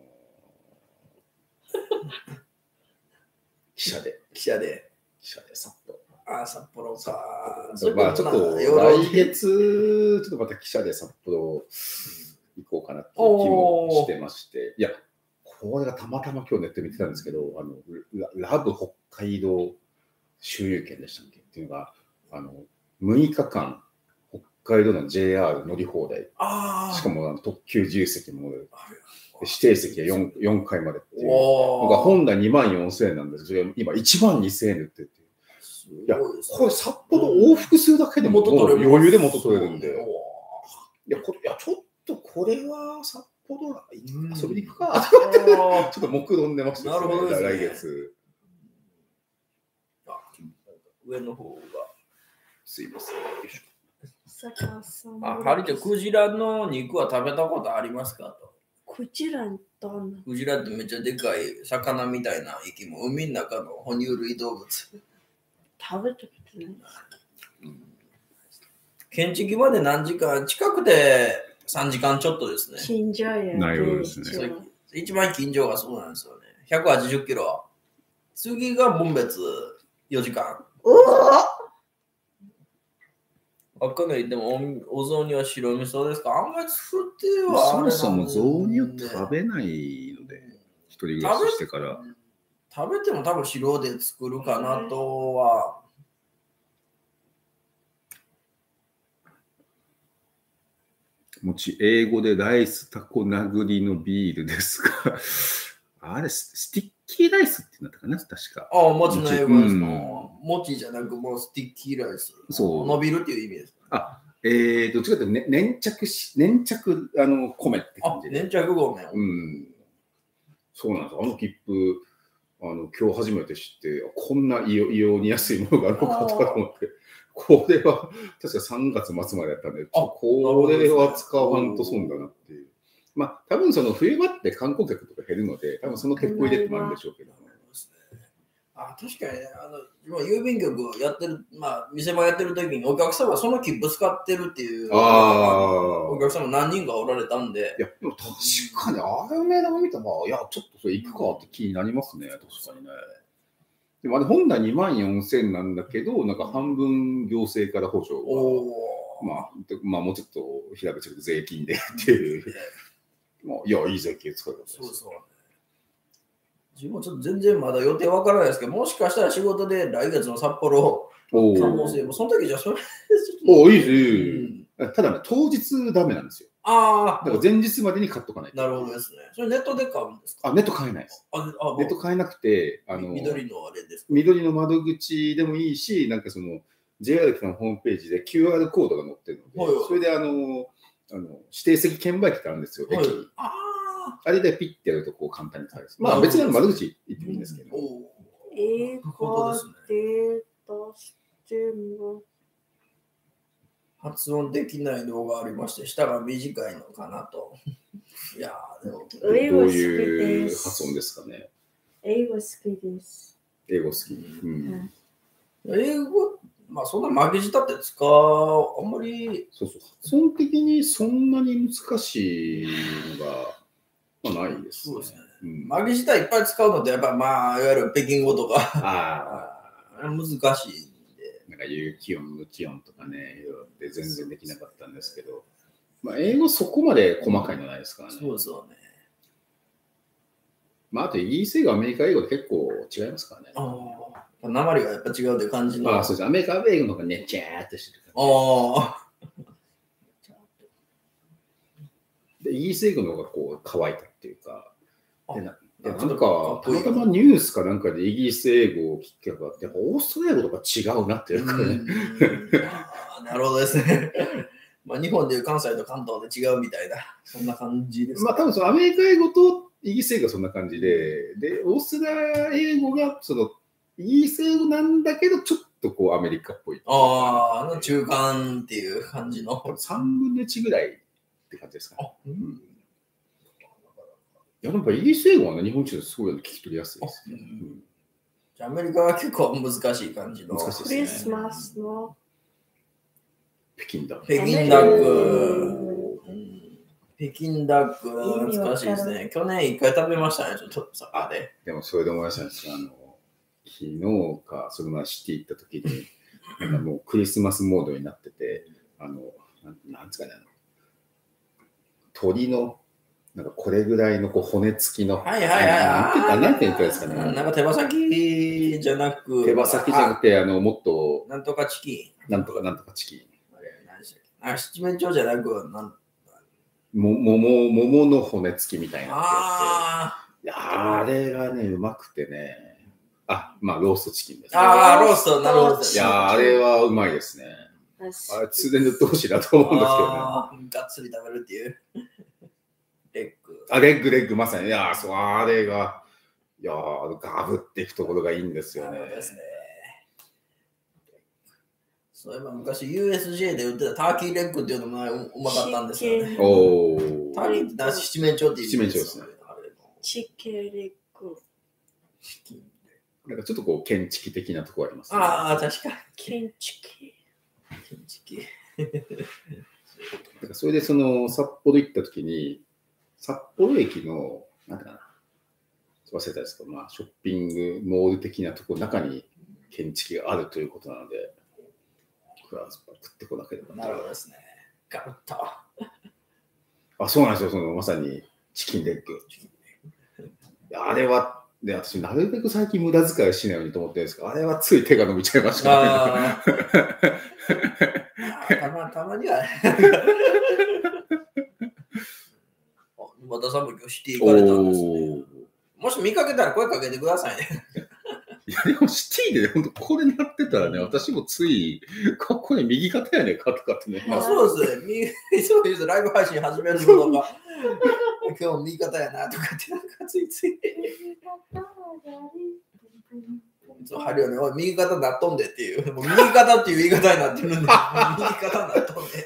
汽車で札幌。 札幌か。 ちょっと来月、ちょっとまた汽車で札幌行こうかなっていう気もしてまして。いや、これがたまたま今日ネット見てたんですけど、ラブ北海道周遊券でしたっけっていうのが、6日間、北海道の JR 乗り放題。しかも特急自由席も指定席が 4回までっていうのが本来24000円なんですけど、今12000円で売ってるっていう。いや、これ札幌往復するだけでも余裕で元取れるんで。いや、ちょっとこれは札幌遊びに行くかちょっと目論んでましたね、来月。 上の方が。 すいません。 ハリちゃん、クジラの肉は食べたことありますかと。 クジラってめっちゃでかい魚みたいな生き物、海の中の哺乳類動物。 食べたことない。 ケンチキまで何時間近くて 3時間ちょっとですね。 近所やなるほどですね一番一番近所がそうなんですよね。180キロ。次が紋別4時間。 お稚内でもお雑煮は白味噌ですか？あんまり作ってはそもそもあれなんで雑煮を食べないので、一人暮らししてから。 食べても多分白で作るかなとは。 英語でライスタコ殴りのビールですが、あれ、スティッキーライスってなったかな、確か。 ああ、餅の英語ですか。 うん餅じゃなくもうスティッキーライス。 そう伸びるっていう意味ですか。 あ、どっちかというと、ね、粘着米って感じで。 粘着米を。 うん。そうなんです。切符、今日初めて知って、こんな異様に安いものがあるのかとか思って、これは確か3月末までやったんで、これは使わんと損だなっていう。まあ、多分その冬場って観光客とか減るので、多分その鉄砲入れってもあるんでしょうけど。 あ、確かにね、今郵便局やってる、まあ、店番やってる時にお客様がその切符使ってるっていうお客様何人かおられたんで。 いや、でも確かに、あれを値段を見たら、いや、ちょっとそれ行くかって気になりますね、確かにね。でもあれ本来24,000なんだけど、なんか半分行政から補助が、まあもうちょっと平べちゃく税金でっていう。いや、いい税金使うから。 そうそう。自分もちょっと全然まだ予定わからないですけど、もしかしたら仕事で来月の札幌可能性も、その時じゃそれいいです。ただね、当日ダメなんですよ。だから前日までに買っとかないと。 なるほどですね。それネットで買うんですか？ ネット買えないです。ネット買えなくて、 緑のあれですか？ 緑の窓口でもいいし、なんかその JR のホームページで QR コードが載ってるので、それで指定席券売機ってあるんですよ、駅に。あれでピッてやるとこう簡単に買える。まあ別に窓口行ってもいいんですけど。 英語で出しても発音できない動画ありまして、下が短いのかなと。いやー、でもどういう発音ですかね。 英語好きです。 英語好き。 英語、まあそんな負け舌ってあんまり。 そうそう。発音的にそんなに難しいのが、ないです。 そうですね。負け舌いっぱい使うのって、やっぱまあ、いわゆる北京語とか難しい。 なんか有機音、無機音とかね、で全然できなかったんですけど、まあ、英語そこまで細かいのないですからね。 そうそうね。 まあ、あとイギリス英語、アメリカ英語って結構違いますからね。 鉛がやっぱ違うという感じの。 そうです。アメリカ英語の方がね、チャーってしてる感じ。で、イギリス英語の方がこう乾いたっていうか、なんか、たまたまニュースかなんかでイギリス英語を聞けば、やっぱオーストラリア語とか違うなっていうかね。 なるほどですね。まあ日本でいう関西と関東で違うみたいな、そんな感じですか。 まあ多分そのアメリカ英語とイギリス英語がそんな感じで、で、オーストラリア英語がそのイギリス英語なんだけど、ちょっとこうアメリカっぽい。 中間っていう感じの。 3分の1ぐらいって感じですかね。いや、なんかイギリス英語はね、日本人ですごい聞き取りやすいですね。 じゃあアメリカは結構難しい感じの。 難しいですね。 クリスマスの北京ダック。 北京ダック。北京ダック、難しいですね。去年1回食べましたね、ちょっとさ。 でもそれで思い出したんですよ。昨日か、その前シティ行った時に、なんかもうクリスマスモードになってて、なんですかね、鳥の、なんかこれぐらいのこう骨付きの。なんて言ったんですかね。 なんか手羽先じゃなく。 手羽先じゃなくて、もっと。 なんとかチキン。 なんとかチキン。 七面鳥じゃなく、 桃の骨付きみたいな。 あれがね、うまくてね。まあ、ローストチキンです、 ね。ロースト、なるほど。 いや、あれはうまいですね。あれ、通電でうっとうしいなと思うんですけどね。がっつり食べるっていう。レッグ、まさに。いや、そう、あれが、いや、ガブっていくところがいいんですよね。 そういえば昔 USJ で売ってたターキーレッグっていうのもうまかったんですよね。ターキーって七面鳥っていう。 七面鳥ですね。 チキンレッグ。 なんかちょっとこう、建築的なところありますね。確かに。 建築。 建築。 だからそれでその札幌行った時に、札幌駅の、なんていうかな、忘れたんですけど、まあ、ショッピングモール的なところの中に建築があるということなので、これは食ってこなければなるほどですね。ガルッと。 あ、そうなんですよ、そのまさにチキンレッグ。あれは、で、私、なるべく最近無駄遣いしないようにと思ってるんですけど、あれはつい手が伸びちゃいましたね。 たまにはね。和田さんも今日シティ行かれたんですね。もし見かけたら声かけてくださいね。 いや、でもシティで本当これなってたらね、私もつい、これ右肩やねんかとかってね。 そうですね。そうです。ライブ配信始めるのとか、今日右肩やなとかってなんかついつい。ハリオね、おい、右肩なっとんでっていう、もう右肩っていう言い方になってるんで、右肩なっとんでって。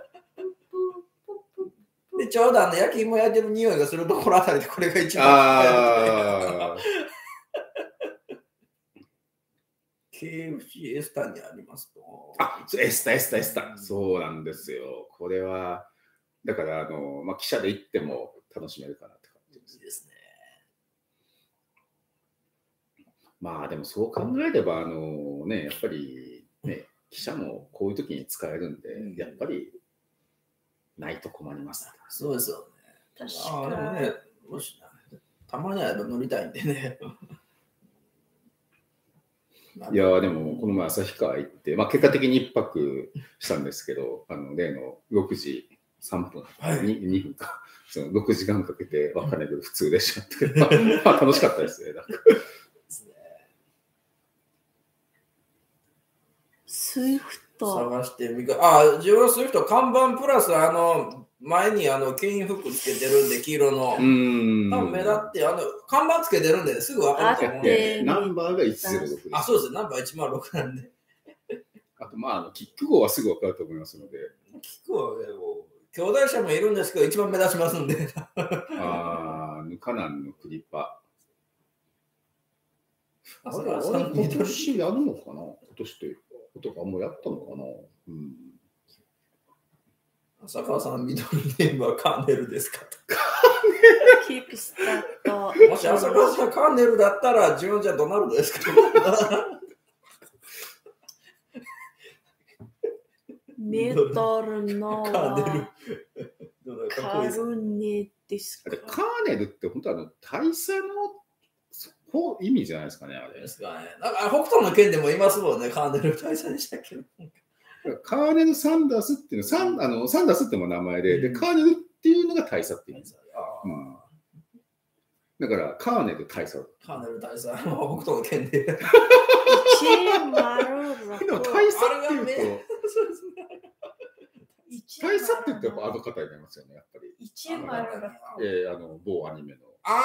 で、ちょうど焼き芋焼いてる匂いがするところあたりでこれが一番。KFC エスタにありますと。 あ、エスタ。そうなんですよ。これは、だからまあ、記者で行っても楽しめるかなって感じです。 いいですね。 まあでもそう考えれば、やっぱりね、記者もこういう時に使えるんで、やっぱりないと困ります。 そうですよね。 確かに。 ね、もしたまには乗りたいんでね。 いやでもこの前旭川行って、まあ、結果的に1泊したんですけど、例の6時3分、 はい、 2分か、その6時間かけて分かんないけど普通でしょって、まあ楽しかったですね。 スイフト。 探してみか。あ、自分はスイフト看板プラス前に牽引フックつけてるんで、黄色の。多分目立って、看板つけてるんですぐ分かると思うんで。 ナンバーが106です。 あ、そうです。ナンバー106なんで。 あと、まあ、キック号はすぐ分かると思いますので。 キック号は、兄弟車もいるんですけど、一番目立ちますんで。 ヌカナンのクリッパ。 あれ、 今年やるのかな、今年というか。とかもうやったのかな。 浅川さん、ミドルネームはカーネルですかと。 キープスタート。 もし浅川さんカーネルだったら、自分じゃドナルドですかミドルのカーネル。 カルネですか。 カーネルって本当大佐の意味じゃないですかね、あれ。 ですかね。なんか北斗の剣でもいますもんね、カーネル大佐でしたっけど。 カーネル・サンダースっていうのサンダースっても名前で、カーネルっていうのが大佐っていう。だからカーネル大佐。 カーネル大佐、北斗の剣で。 でも大佐っていうと、大佐って言ってやっぱあの方になりますよね、やっぱり。某アニメの。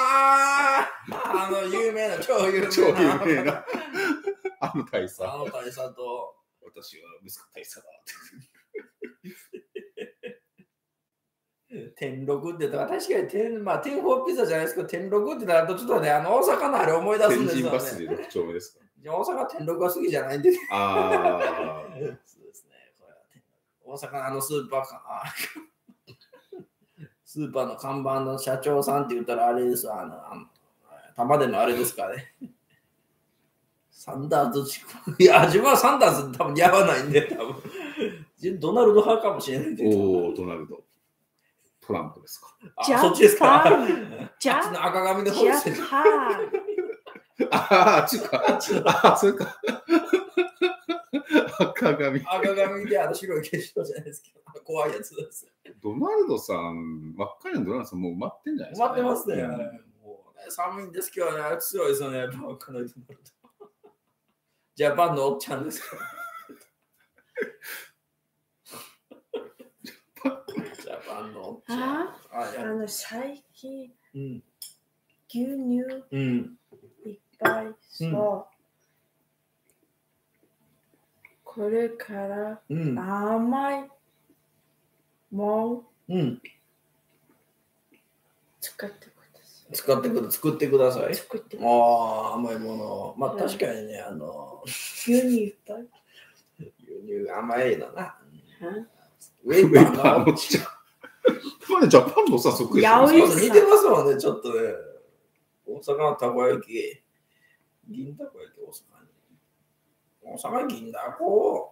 有名な、超有名な。 大佐。 大佐と。 私は息子大佐だって。天禄って言ったら確かに天保ピザじゃないですけど、天禄ってなるとちょっとね、大阪のあれ思い出すんですよね。 天神バスで6丁目ですか。 大阪天禄が好きじゃないんで。そうですね。大阪のスーパーか。スーパーの看板の社長さんって言ったらあれですわ。玉でのあれですかね。サンダーズチック。いや、自分はサンダーズ多分似合わないんで、多分。ドナルド派かもしれないけど。 おお、ドナルド。トランプですか。 そっちですか。じゃあ、赤髪の方ですね。 あっちか。それか。赤髪。 赤髪で白い化粧じゃないですけど、怖いやつです。 ドナルドさん、若いのドナルドさんもう埋まってんじゃないですか、 埋まってますね。もうね、寒いんですけどね、強いですよね、若いドナルド。ジャパンのおっちゃんですか。ジャパンのおっちゃん。 最近、牛乳いっぱいそう。これから甘いもん作ってください。甘いもの。まあ確かにね、 牛乳いっぱい。 牛乳甘いのな。 ウェイパーののちっちゃい。まだジャパンのさ、そっくりして八百似てますもんね、ちょっとね。大阪のたこ焼き、銀だこ焼き、大阪に銀だこ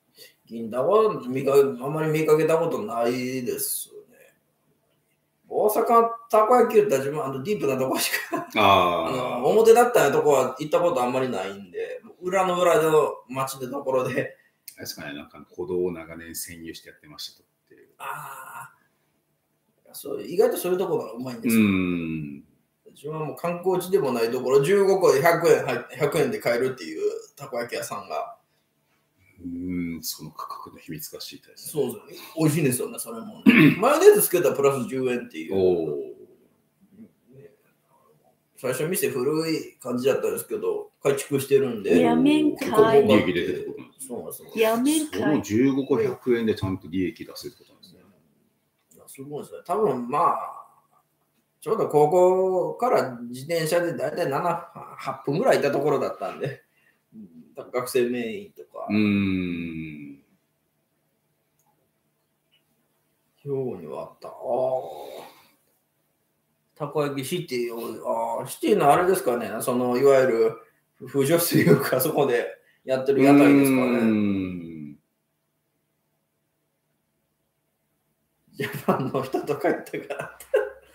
あんまり見かけたことないですね。大阪たこ焼き言ったら自分ディープなとこしか表だったとこは行ったことあんまりないんで、裏の裏の町のところで。 確かになんか歩道を長年占有してやってましたとっていう。 意外とそういうところがうまいんですよ。自分はもう観光地でもないところ、15個で100円で買えるっていうたこ焼き屋さんが。 その価格の秘密が知りたいですね。そうですね。美味しいんですよね、それも、ね。マヨネーズつけたらプラス10円っていう。最初店古い感じだったんですけど、改築してるんで。 やめんかい。 利益出てるってことなんですね。 そうやめんかい。 その15個100円でちゃんと利益出せるってことなんですね。 すごいですね。多分ちょうど高校から自転車で大体8分ぐらい行ったところだったんで、学生メインとか。兵庫にはあった。たこ焼きシティを、シティのあれですかね、そのいわゆる風女子というか、そこでやってる屋台ですかね。ジャパンの人と帰ったから。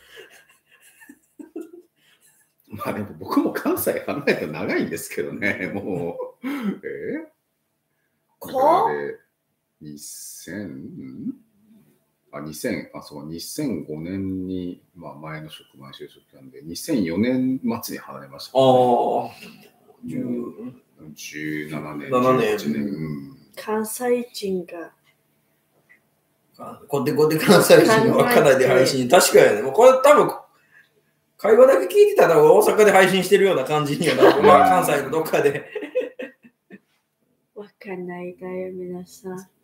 まあでも僕も関西離れて長いんですけどね、もう。2005年に、前の職場に就職なんで、2004年末に離れました、ね。17年、18年。 関西人が。 コテコテ関西人が稚内で配信。確かにね、もうこれ多分、会話だけ聞いてたら大阪で配信してるような感じにはなる。関西のどっかで。 稚内だよ、皆さん。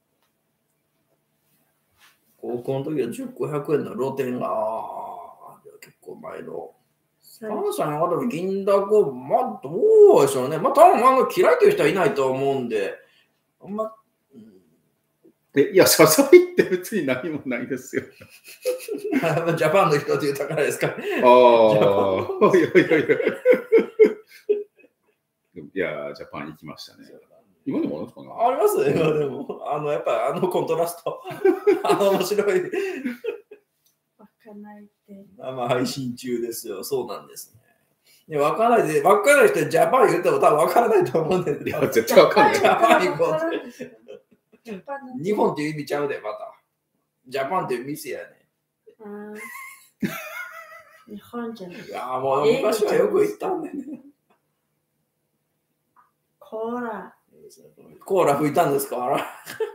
高校の時は10個100円の露店が、結構前の。関西の方で銀だこ、どうでしょうね。多分嫌いという人はいないと思うんで、 いや、謝罪って別に何もないですよ。 ジャパンの人って言ったからですか。 いや、ジャパン行きましたね。今でもあるんですかね。 ありますね、今でも。やっぱコントラスト。面白い。 わかんないって。 配信中ですよ。そうなんですね。わからない人ジャパン言っても多分わからないと思うんで。 いや、絶対わかんない。 ジャパン行こう。日本っていう意味ちゃうで、また。ジャパンっていう店やね。 日本じゃない。 いや、もう昔はよく行ったんでね。 コーラ吹いたんですか？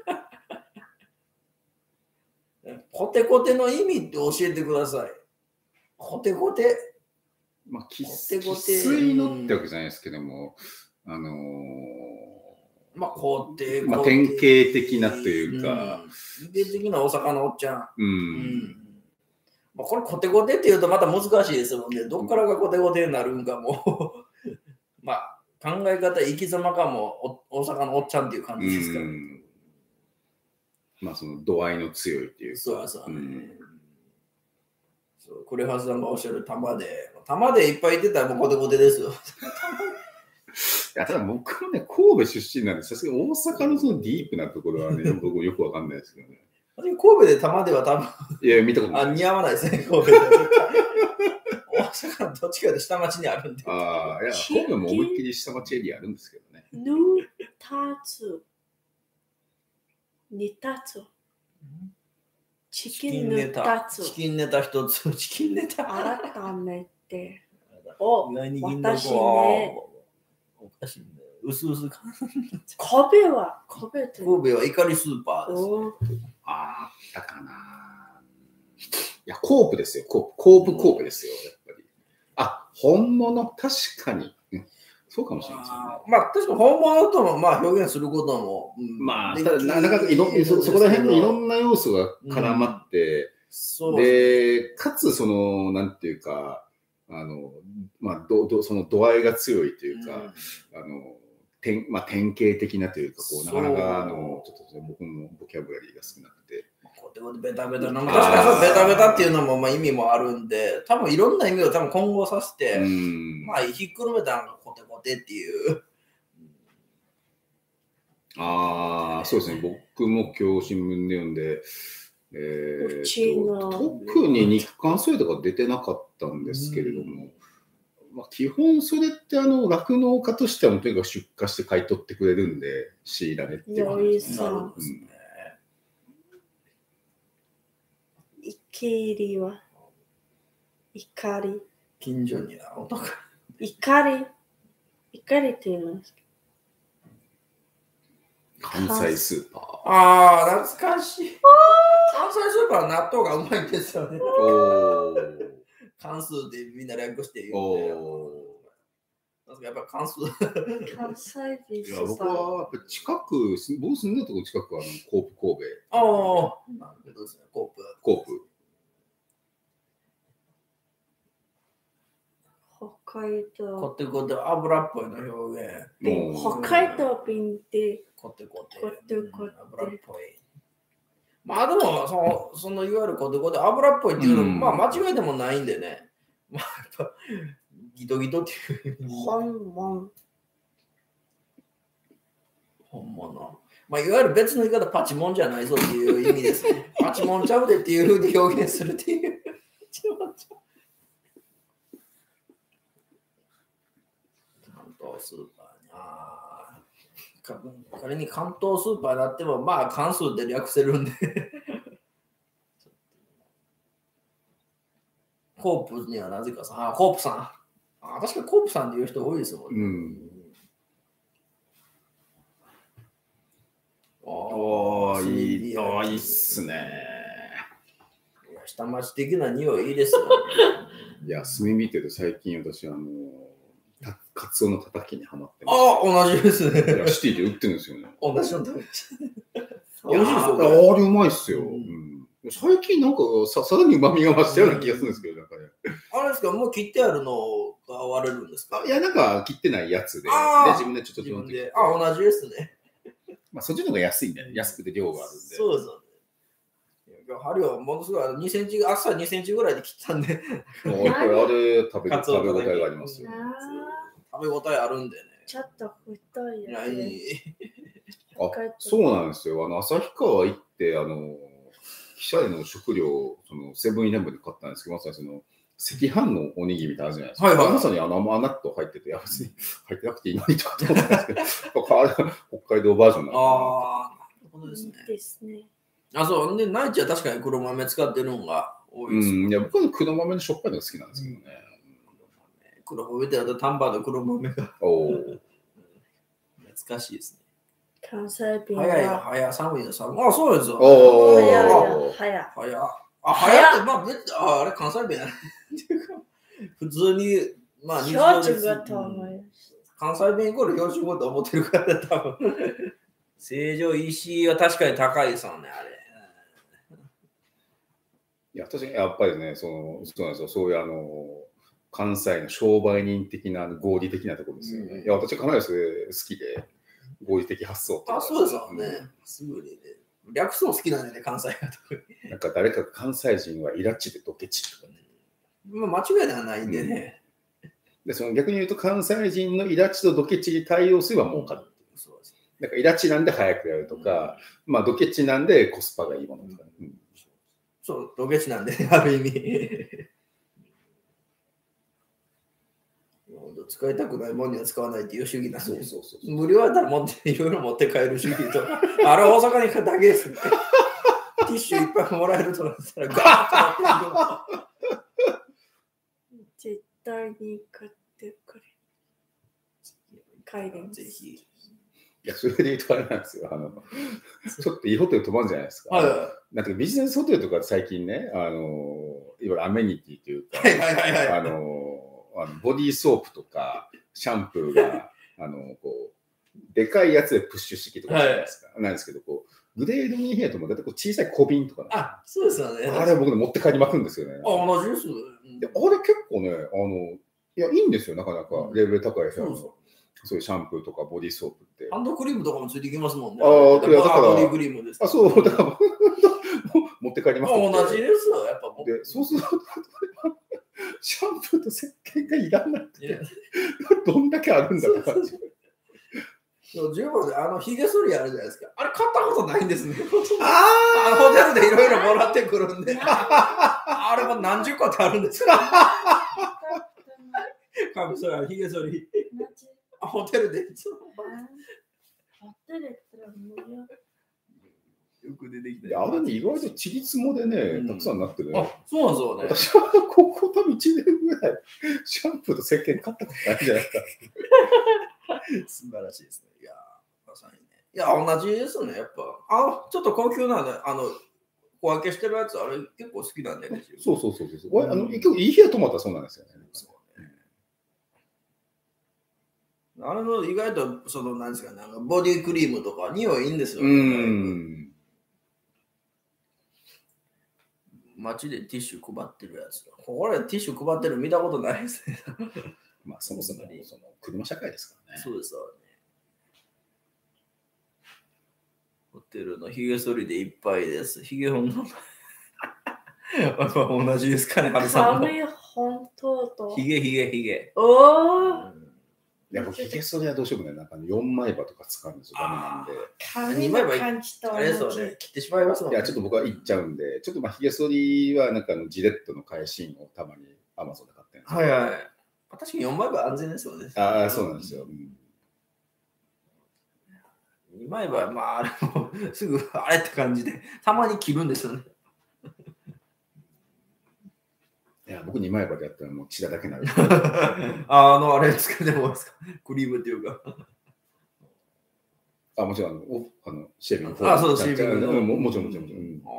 コテコテの意味って教えてください。コテコテ。 生粋のってわけじゃないですけども、典型的なというか、 典型的な大阪のおっちゃん。これコテコテっていうとまた難しいですもんね。どっからがコテコテになるんかも考え方、生き様かも大阪のおっちゃんっていう感じですから。 その度合いの強いっていうか。 そうね。クレファスさんがおっしゃる玉でいっぱいいてたらもうコテコテですよ。 いや、ただ僕もね、神戸出身なんで、さすがに大阪のそのディープなところはね、僕もよくわかんないですけどね。 神戸で玉では多分。 いや、見たことない。 似合わないですね、神戸で。大阪のどっちかで下町にあるんで。 いや、神戸も思いっきり下町エリアあるんですけどね。 チキンネタ一つ。チキンネタ。 改めて。 私ね。おかしいね。うすうすか。 神戸は怒りスーパーです。 だからな。いや、コープですよ。コープですよ。やっぱり。本物、確かに。そうかもしれないですね。 確かに本物とも表現することも。 ただ、なかなかそこら辺のいろんな要素が絡まって、で、かつ、なんていうか、その度合いが強いというか、 典型的なというか、なかなかちょっと僕もボキャブラリーが少なくて。 コテコテベタベタな、確かにベタベタっていうのも意味もあるんで、多分いろんな意味を混合させて、ひっくるめたのがコテコテっていう。 そうですね。僕も今日新聞で読んで、特に日刊それとか出てなかったんですけれども、基本それって酪農家としてはとにかく出荷して買い取ってくれるんで、仕入らねっていう感じですね。 イキリは怒り。 近所には男。 怒りって言うんですか？ 関西スーパー。懐かしい。関西スーパーは納豆がうまいんですよね。関数でみんな略して言うて。やっぱ関数。 関西人。 僕はやっぱ近く、僕住んだとこ近くはコープ神戸。 なるほどですね。コープ。 北海道。 コテコテ油っぽいの表現。 北海道便でコテコテ。 油っぽい。でもそのいわゆるコテコテ油っぽいっていうのも間違いでもないんでね。やっぱギトギトっていう本物。 いわゆる別の言い方パチモンじゃないぞっていう意味ですね。パチモンちゃうでっていうふうに表現するっていう。関東スーパーに仮に関東スーパーになっても関数で略せるんでコープにはなぜかコープさん確かにコープさんっていう人多いですもんね。 いいっすね。 下町的な匂いいいですよ、ね。 いや、炭見てる最近私カツオのたたきにハマってます。 同じですね。 シティで売ってるんですよね。 同じの食べちゃう。 美味しいですよ。あれうまいっすよ。最近さらに旨味が増したような気がするんですけど、 あれですか、もう切ってあるのが割れるんですか？ いや、切ってないやつで、自分でちょっと自分で。同じですね。 そっちの方が安いんだよね。安くて量があるんで。 そうですよね。針はものすごい2センチ、朝2センチぐらいで切ったんで。 あれ食べ応えがありますよ。 食べ応えあるんでね。 ちょっと太いやつ。 そうなんですよ。旭川行って、記者への食料、セブンイレブンで買ったんですけど、まさに赤飯のおにぎりみたいなのあるじゃないですか。まさに甘納豆入ってて、別に入ってなくていいのにとかと思ったんですけど、北海道バージョンなんだな。 なるほどですね。 ですね。 そう。で、内地は確かに黒豆使ってるのが多いです。 いや、僕は黒豆のしょっぱいのが好きなんですけどね。 黒豆ってタンバーの黒豆が。懐かしいですね。 関西便は。早い、寒いの寒い。そうですよ。 早って、 あれ関西弁やね。普通に、 日常です。 関西弁イコール標準語と思ってるから多分。成城石井は確かに高いですよね、あれ。 いや、確かにやっぱりね、そうなんですよ。そういう関西の商売人的な合理的なところですよね。いや、私はかなりそれ好きで、合理的発想ってそうですよね。すぐにね。略すの好きなんだよね、関西が特に。 誰か関西人はイラチでドケチとかね。 間違いではないんでね。 で逆に言うと、関西人のイラチとドケチに対応すれば儲かる。イラチなんで早くやるとか、ドケチなんでコスパがいいものとか。 そう、ドケチなんで、ある意味。使いたくないものには使わないっていう主義なんで。無料やったらいろいろ持って帰る主義と。あれ大阪にだけですね。ティッシュいっぱいもらえるとなったらガーッと絶対に買ってくれ。帰りぜひ。 いや、それで言うとあれなんですよ。ちょっといいホテル泊まるじゃないですか。なんかビジネスホテルとか最近ね、いわゆるアメニティというか、ボディーソープとかシャンプーがでかいやつでプッシュ式とかじゃないですか。なんですけど、グレード2部屋ともだいたい小さい小瓶とか。 そうですよね。 あれ僕持って帰りまくるんですよね。 同じです。 あれ結構ね、いや、いいんですよ、なかなかレベル高いやつ。 そういうシャンプーとかボディーソープって。 ハンドクリームとかもついてきますもんね。 ああ、いやだからボディクリームです。 あ、そう、だから持って帰ります同じですよ、やっぱ。 で、そうすると、シャンプーと石鹸がいらないって、どんだけあるんだって感じ。 十分で、ヒゲ剃りあるじゃないですか。あれ買ったことないんですね。ホテルでいろいろもらってくるんで。あれも何十個ってあるんですか。カミソリ、ヒゲ剃り。ホテルで。 ホテルって無料。 よく出てきた。 あれね、意外とちりつもでね、たくさんなってるね。 あ、そうなんですよね。私はここ多分1年ぐらい、シャンプーと石鹸買ったことないんじゃないですか。 素晴らしいですね。いや、まさにね。いや、同じですね、やっぱ。ちょっと高級なね、小分けしてるやつ、あれ結構好きなんでね。 そう。結構いい日が泊まったらそうなんですよね。 意外と、なんですかね、ボディクリームとか匂いいいんですよね。街でティッシュ配ってるやつ。これティッシュ配ってる見たことないですね。 まあそもそも車社会ですからね。 そうですよね。ホテルのヒゲ剃りでいっぱいです。ヒゲ本の同じですかね、ハルさんも。 髪本当と。 ヒゲ。 おお。 いや、ヒゲ剃りはどうしようもない。なんか4枚刃とか使うんですよ。ダメなんで。 髪の感じとあれですよね。切ってしまいますもんね。 いや、ちょっと僕は言っちゃうんで、ちょっとヒゲ剃りはなんかジレットの返しをたまに Amazon で買ってるんですよ。 はいはい。確かに4枚刃安全ですよね。 ああ、そうなんですよ。 2枚刃、まあ、あれもすぐあれって感じで、たまに切るんですよね。 いや、僕2枚刃でやったらもう血だけになる。 あれつけてもですかクリームっていうか。 もちろん、シェービング。 そう、シェービングの。 もちろん。全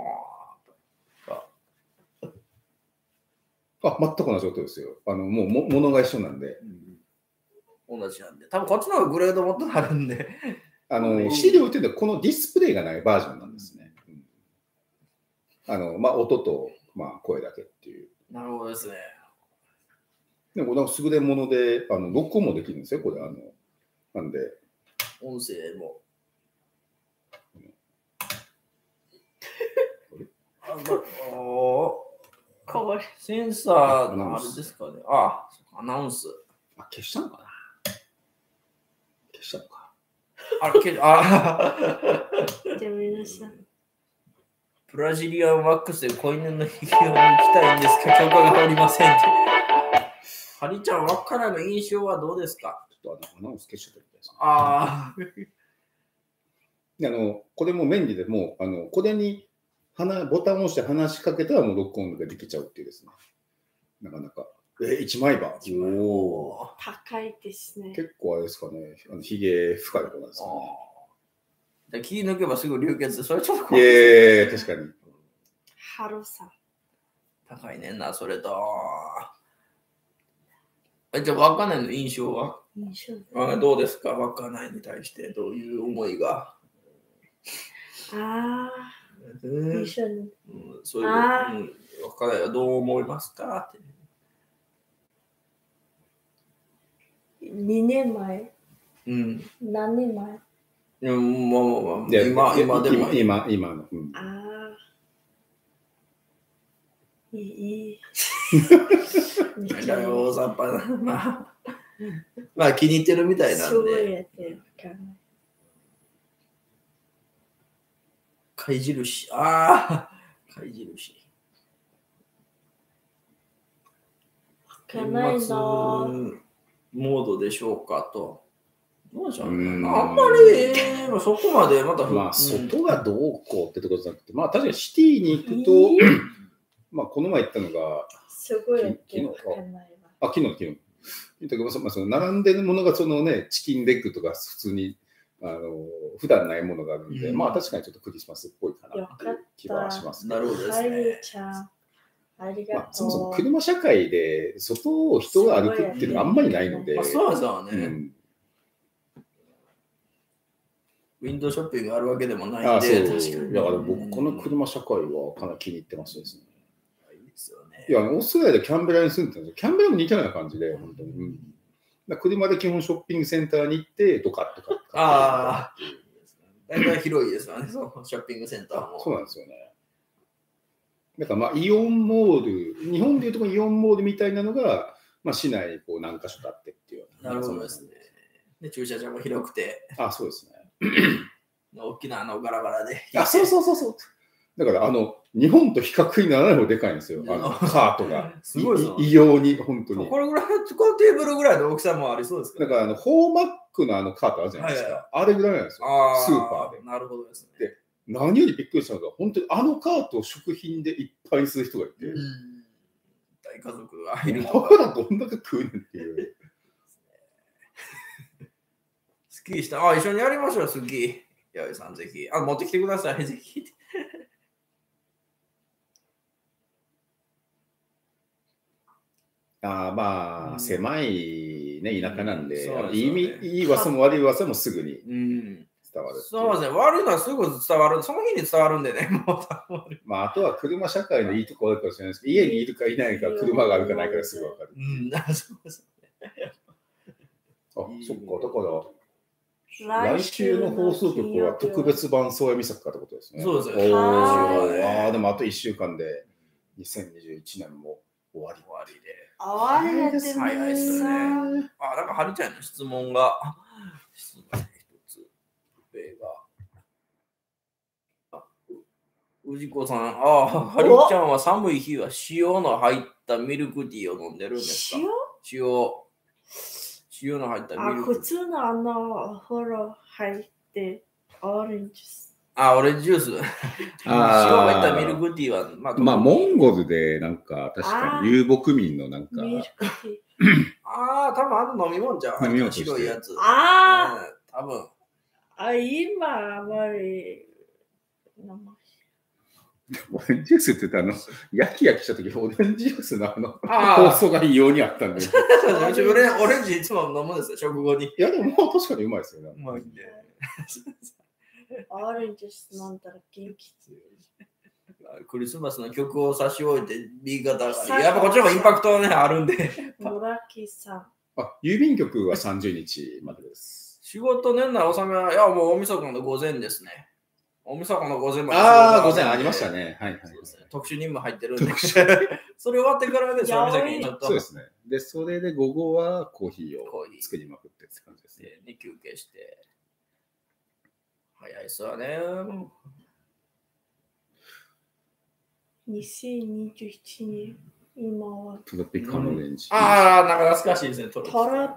く同じことですよ。もう物が一緒なんで。 同じなんで。多分こっちの方がグレードもっとあるんで。 資料っていうのはこのディスプレイがないバージョンなんですね。音と、声だけっていう。 なるほどですね。 でも、優れもので、録音もできるんですよ、これ。なんで。 音声も。センサーのあれですかね。アナウンス。 消したのかな消したのか。 ブラジリアンワックスで子犬のひげを抜きたいんですか許可が下りませんって。ハリちゃん、輪っかの印象はどうですか。 ちょっとアナウンス消しちゃったみたいですね。これも便利でもこれにボタンを押して話しかけたらもう録音ができちゃうっていうですね。なかなか。1枚刃。 高いですね。 結構あれですかね。ひげ深いところですかね。気抜けばすぐ流血で、それちょっと怖い。確かに。 ハロさん。 高いねんな、それと。じゃあ、わかんないの印象はどうですかわかんないに対してどういう思いが。 印象に。 そういう。わかんないよ。どう思いますかって。 2年前。何年前今でも。 今の。 いい。 だよ、さっぱな。気に入ってるみたいなんで。 すごいやってる。 貝印。貝印。 わかんないな。 モードでしょうかと。どうでしょう。あんまりそこまでまた外がどうこうってところじゃなくて、確かにシティに行くと、この前行ったのが、 すごい昨日。並んでるものがチキンレッグとか普通に普段ないものがあるんで、確かにちょっとクリスマスっぽいかなっていう気はします。 なるほどですね。 そもそも車社会で外を人が歩くっていうのがあんまりないので。 そうですよね。ウィンドウショッピングがあるわけでもないんで、確かに。 だから僕、この車社会はかなり気に入ってますですね。 いいですよね。 オーストラリアでキャンベラに住んでたんですよ。キャンベラも似たような感じで、本当に。 車で基本ショッピングセンターに行ってドカッとか。 ああ、だいたい広いですよね、そのショッピングセンターも。 そうなんですよね。だからまあイオンモール、日本でいうところイオンモールみたいなのが、まあ、市内にこう何か所かあってっていう。 なるほどですね。で、駐車場も広くて。 あ、そうですね。 大きなガラガラで。 あ、そうそうそうそう。だから日本と比較にならないほどでかいんですよ。カートが。 すごいですよ。 異様に、本当に。 これぐらい、このテーブルぐらいの大きさもありそうですか、 ね。だからホーマックのカートあるじゃないですか。はいはい、あれぐらいなんですよ。スーパーで。 なるほどですね。 で、何よりびっくりしたのが、本当にカートを食品でいっぱいにする人がいて。 大家族がいる。 だからどんだけ食うねんっていう。 スキーした。一緒にやりましょう、スキー。八重さん、ぜひ。持ってきてください、ぜひ。 まあ、狭いね、田舎なんで、いい噂も悪い噂もすぐに伝わる。 そうですね、悪いのはすぐ伝わる。その日に伝わるんでね、もう。 まあ、あとは車社会のいいところあるかもしれないですけど、家にいるかいないか、車があるかないかですぐ分かる。 そうですね。 そっか、だから、来週の放送局は特別版宗谷美作かってことですね。 そうですね。 でもあと1週間で2021年も終わりで。 早いですね。 早いですね。なんかはりちゃんの質問が一つ。氏子さん、はりちゃんは寒い日は塩の入ったミルクティーを飲んでるんですか？塩の入ったミルク。 普通のお風呂入ってオレンジジュース。 オレンジジュース。塩入ったミルクティーは、 まあ、モンゴルでなんか、確かに遊牧民のなんか。 ミルクティー。 多分飲み物じゃん。 飲み物白いやつ。多分。 今、あまり。 オレンジジュースって言った焼きしたとき、オレンジジュースの放送が異様にあったんで。 オレンジいつも飲むんですよ、食後に。 いや、でも確かにうまいですよね。 うまいんで。 オレンジジュース飲んだら元気強い。 クリスマスの曲を差し置いて、B 型が。やっぱこっちの方がインパクトはね、あるんで。 村木さん。 郵便局は30日までです。 仕事年内納めは、もう大晦日の午前ですね。大晦日の午前まで。 午前ありましたね。はいはい。 特殊任務入ってるんで。それ終わってからですよ、 そうですね。で、それで午後はコーヒーを作りまくってって感じですね。 休憩して。早いっすわね。 2027年、今は。 トロピカルオレンジ。 なんか懐かしいですね、トロピカル。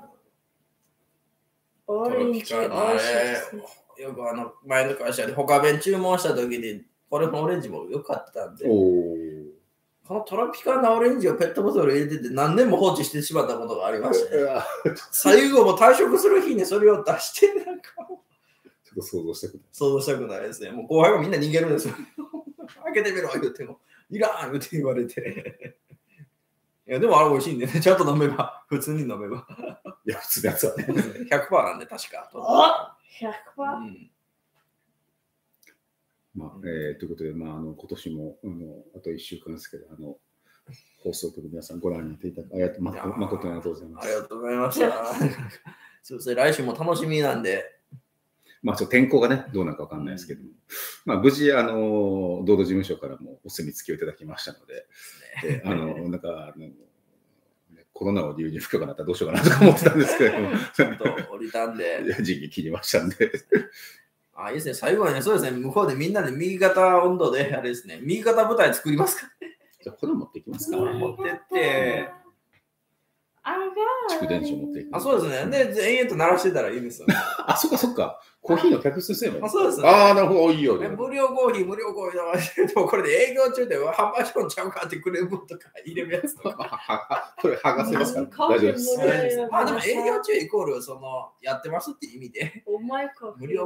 オレンジ、美味しいですね。 よく前の会社で他弁注文した時にこれもオレンジも良かったんで、このトロピカルなオレンジをペットボトル入れてて何年も放置してしまったことがありまして、最後も退職する日にそれを出してなんかちょっと想像したくないですね。もう後輩がみんな逃げるんですよ。開けてみろ言ってもいらん言って言われて。いやでもあれ美味しいんでね、ちゃんと飲めば、普通に飲めば。 いや、普通のやつはね。 100% なんで確か。 100%。 ということで、今年もあと1週間ですけど、放送局皆さんご覧になっていただき誠にありがとうございます。 ありがとうございました。そうですね、来週も楽しみなんで。 ちょっと天候がね、どうなるかわかんないですけども、無事、道路事務所からもお墨付きをいただきましたので、なんか、コロナを理由に不許可になったらどうしようかなとか思ってたんですけども、 ちょっと降りたんで。 時期切りましたんで。 いいですね、最後はね、そうですね、向こうでみんなで右肩温度で、あれですね、右肩舞台作りますかね。 じゃあ、これ持っていきますか。 持ってって。 蓄電池を持っていく。 そうですね。で、延々と鳴らしてたらいいんですよね。 そっか。コーヒーの客室すれば。 そうですね。 なるほど、いいよね。 無料コーヒー流してでもこれで営業中で販売しようちゃうかってクレームとか入れるやつとか。 これ剥がせますか？大丈夫です。 でも営業中イコールやってますって意味で。無料。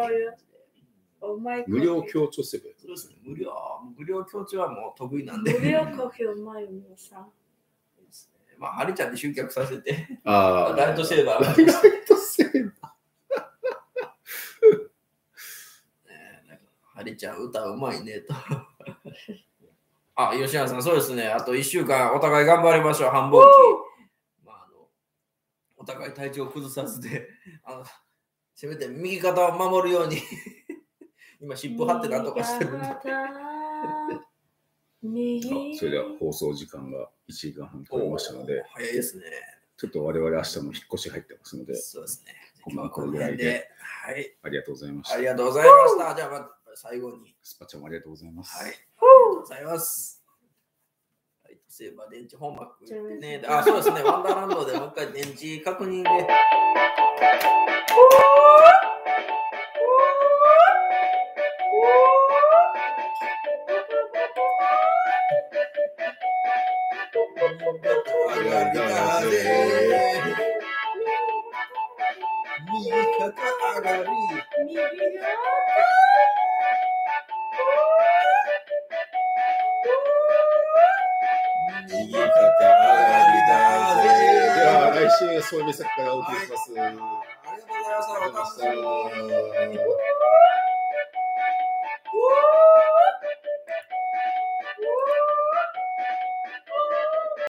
無料強調すれば。 そうですね。無料強調はもう得意なんで。 無料コーヒーうまい皆さん。 はりちゃんで集客させて。 ライトセーバー。はりちゃん歌うまいねと。吉原さん、そうですね。あと1週間お互い頑張りましょう。繁忙期。お互い体調を崩さずで、せめて右肩を守るように今湿布貼ってなんとかしてるんで。 それでは放送時間が1時間半超えましたので、 早いですね。 ちょっと我々明日も引っ越し入ってますので、 そうですね。 今日はこれぐらいで、 はい。 ありがとうございました。 ありがとうございました。じゃあ、また最後に。 スパチャもありがとうございます。 はい。ありがとうございます。はい、そういえば電池本幕ね。そうですね。ワンダーランドでもう一回電池確認で。 来週、そういう作からお送りします。 ありがとうございました。お楽しみに。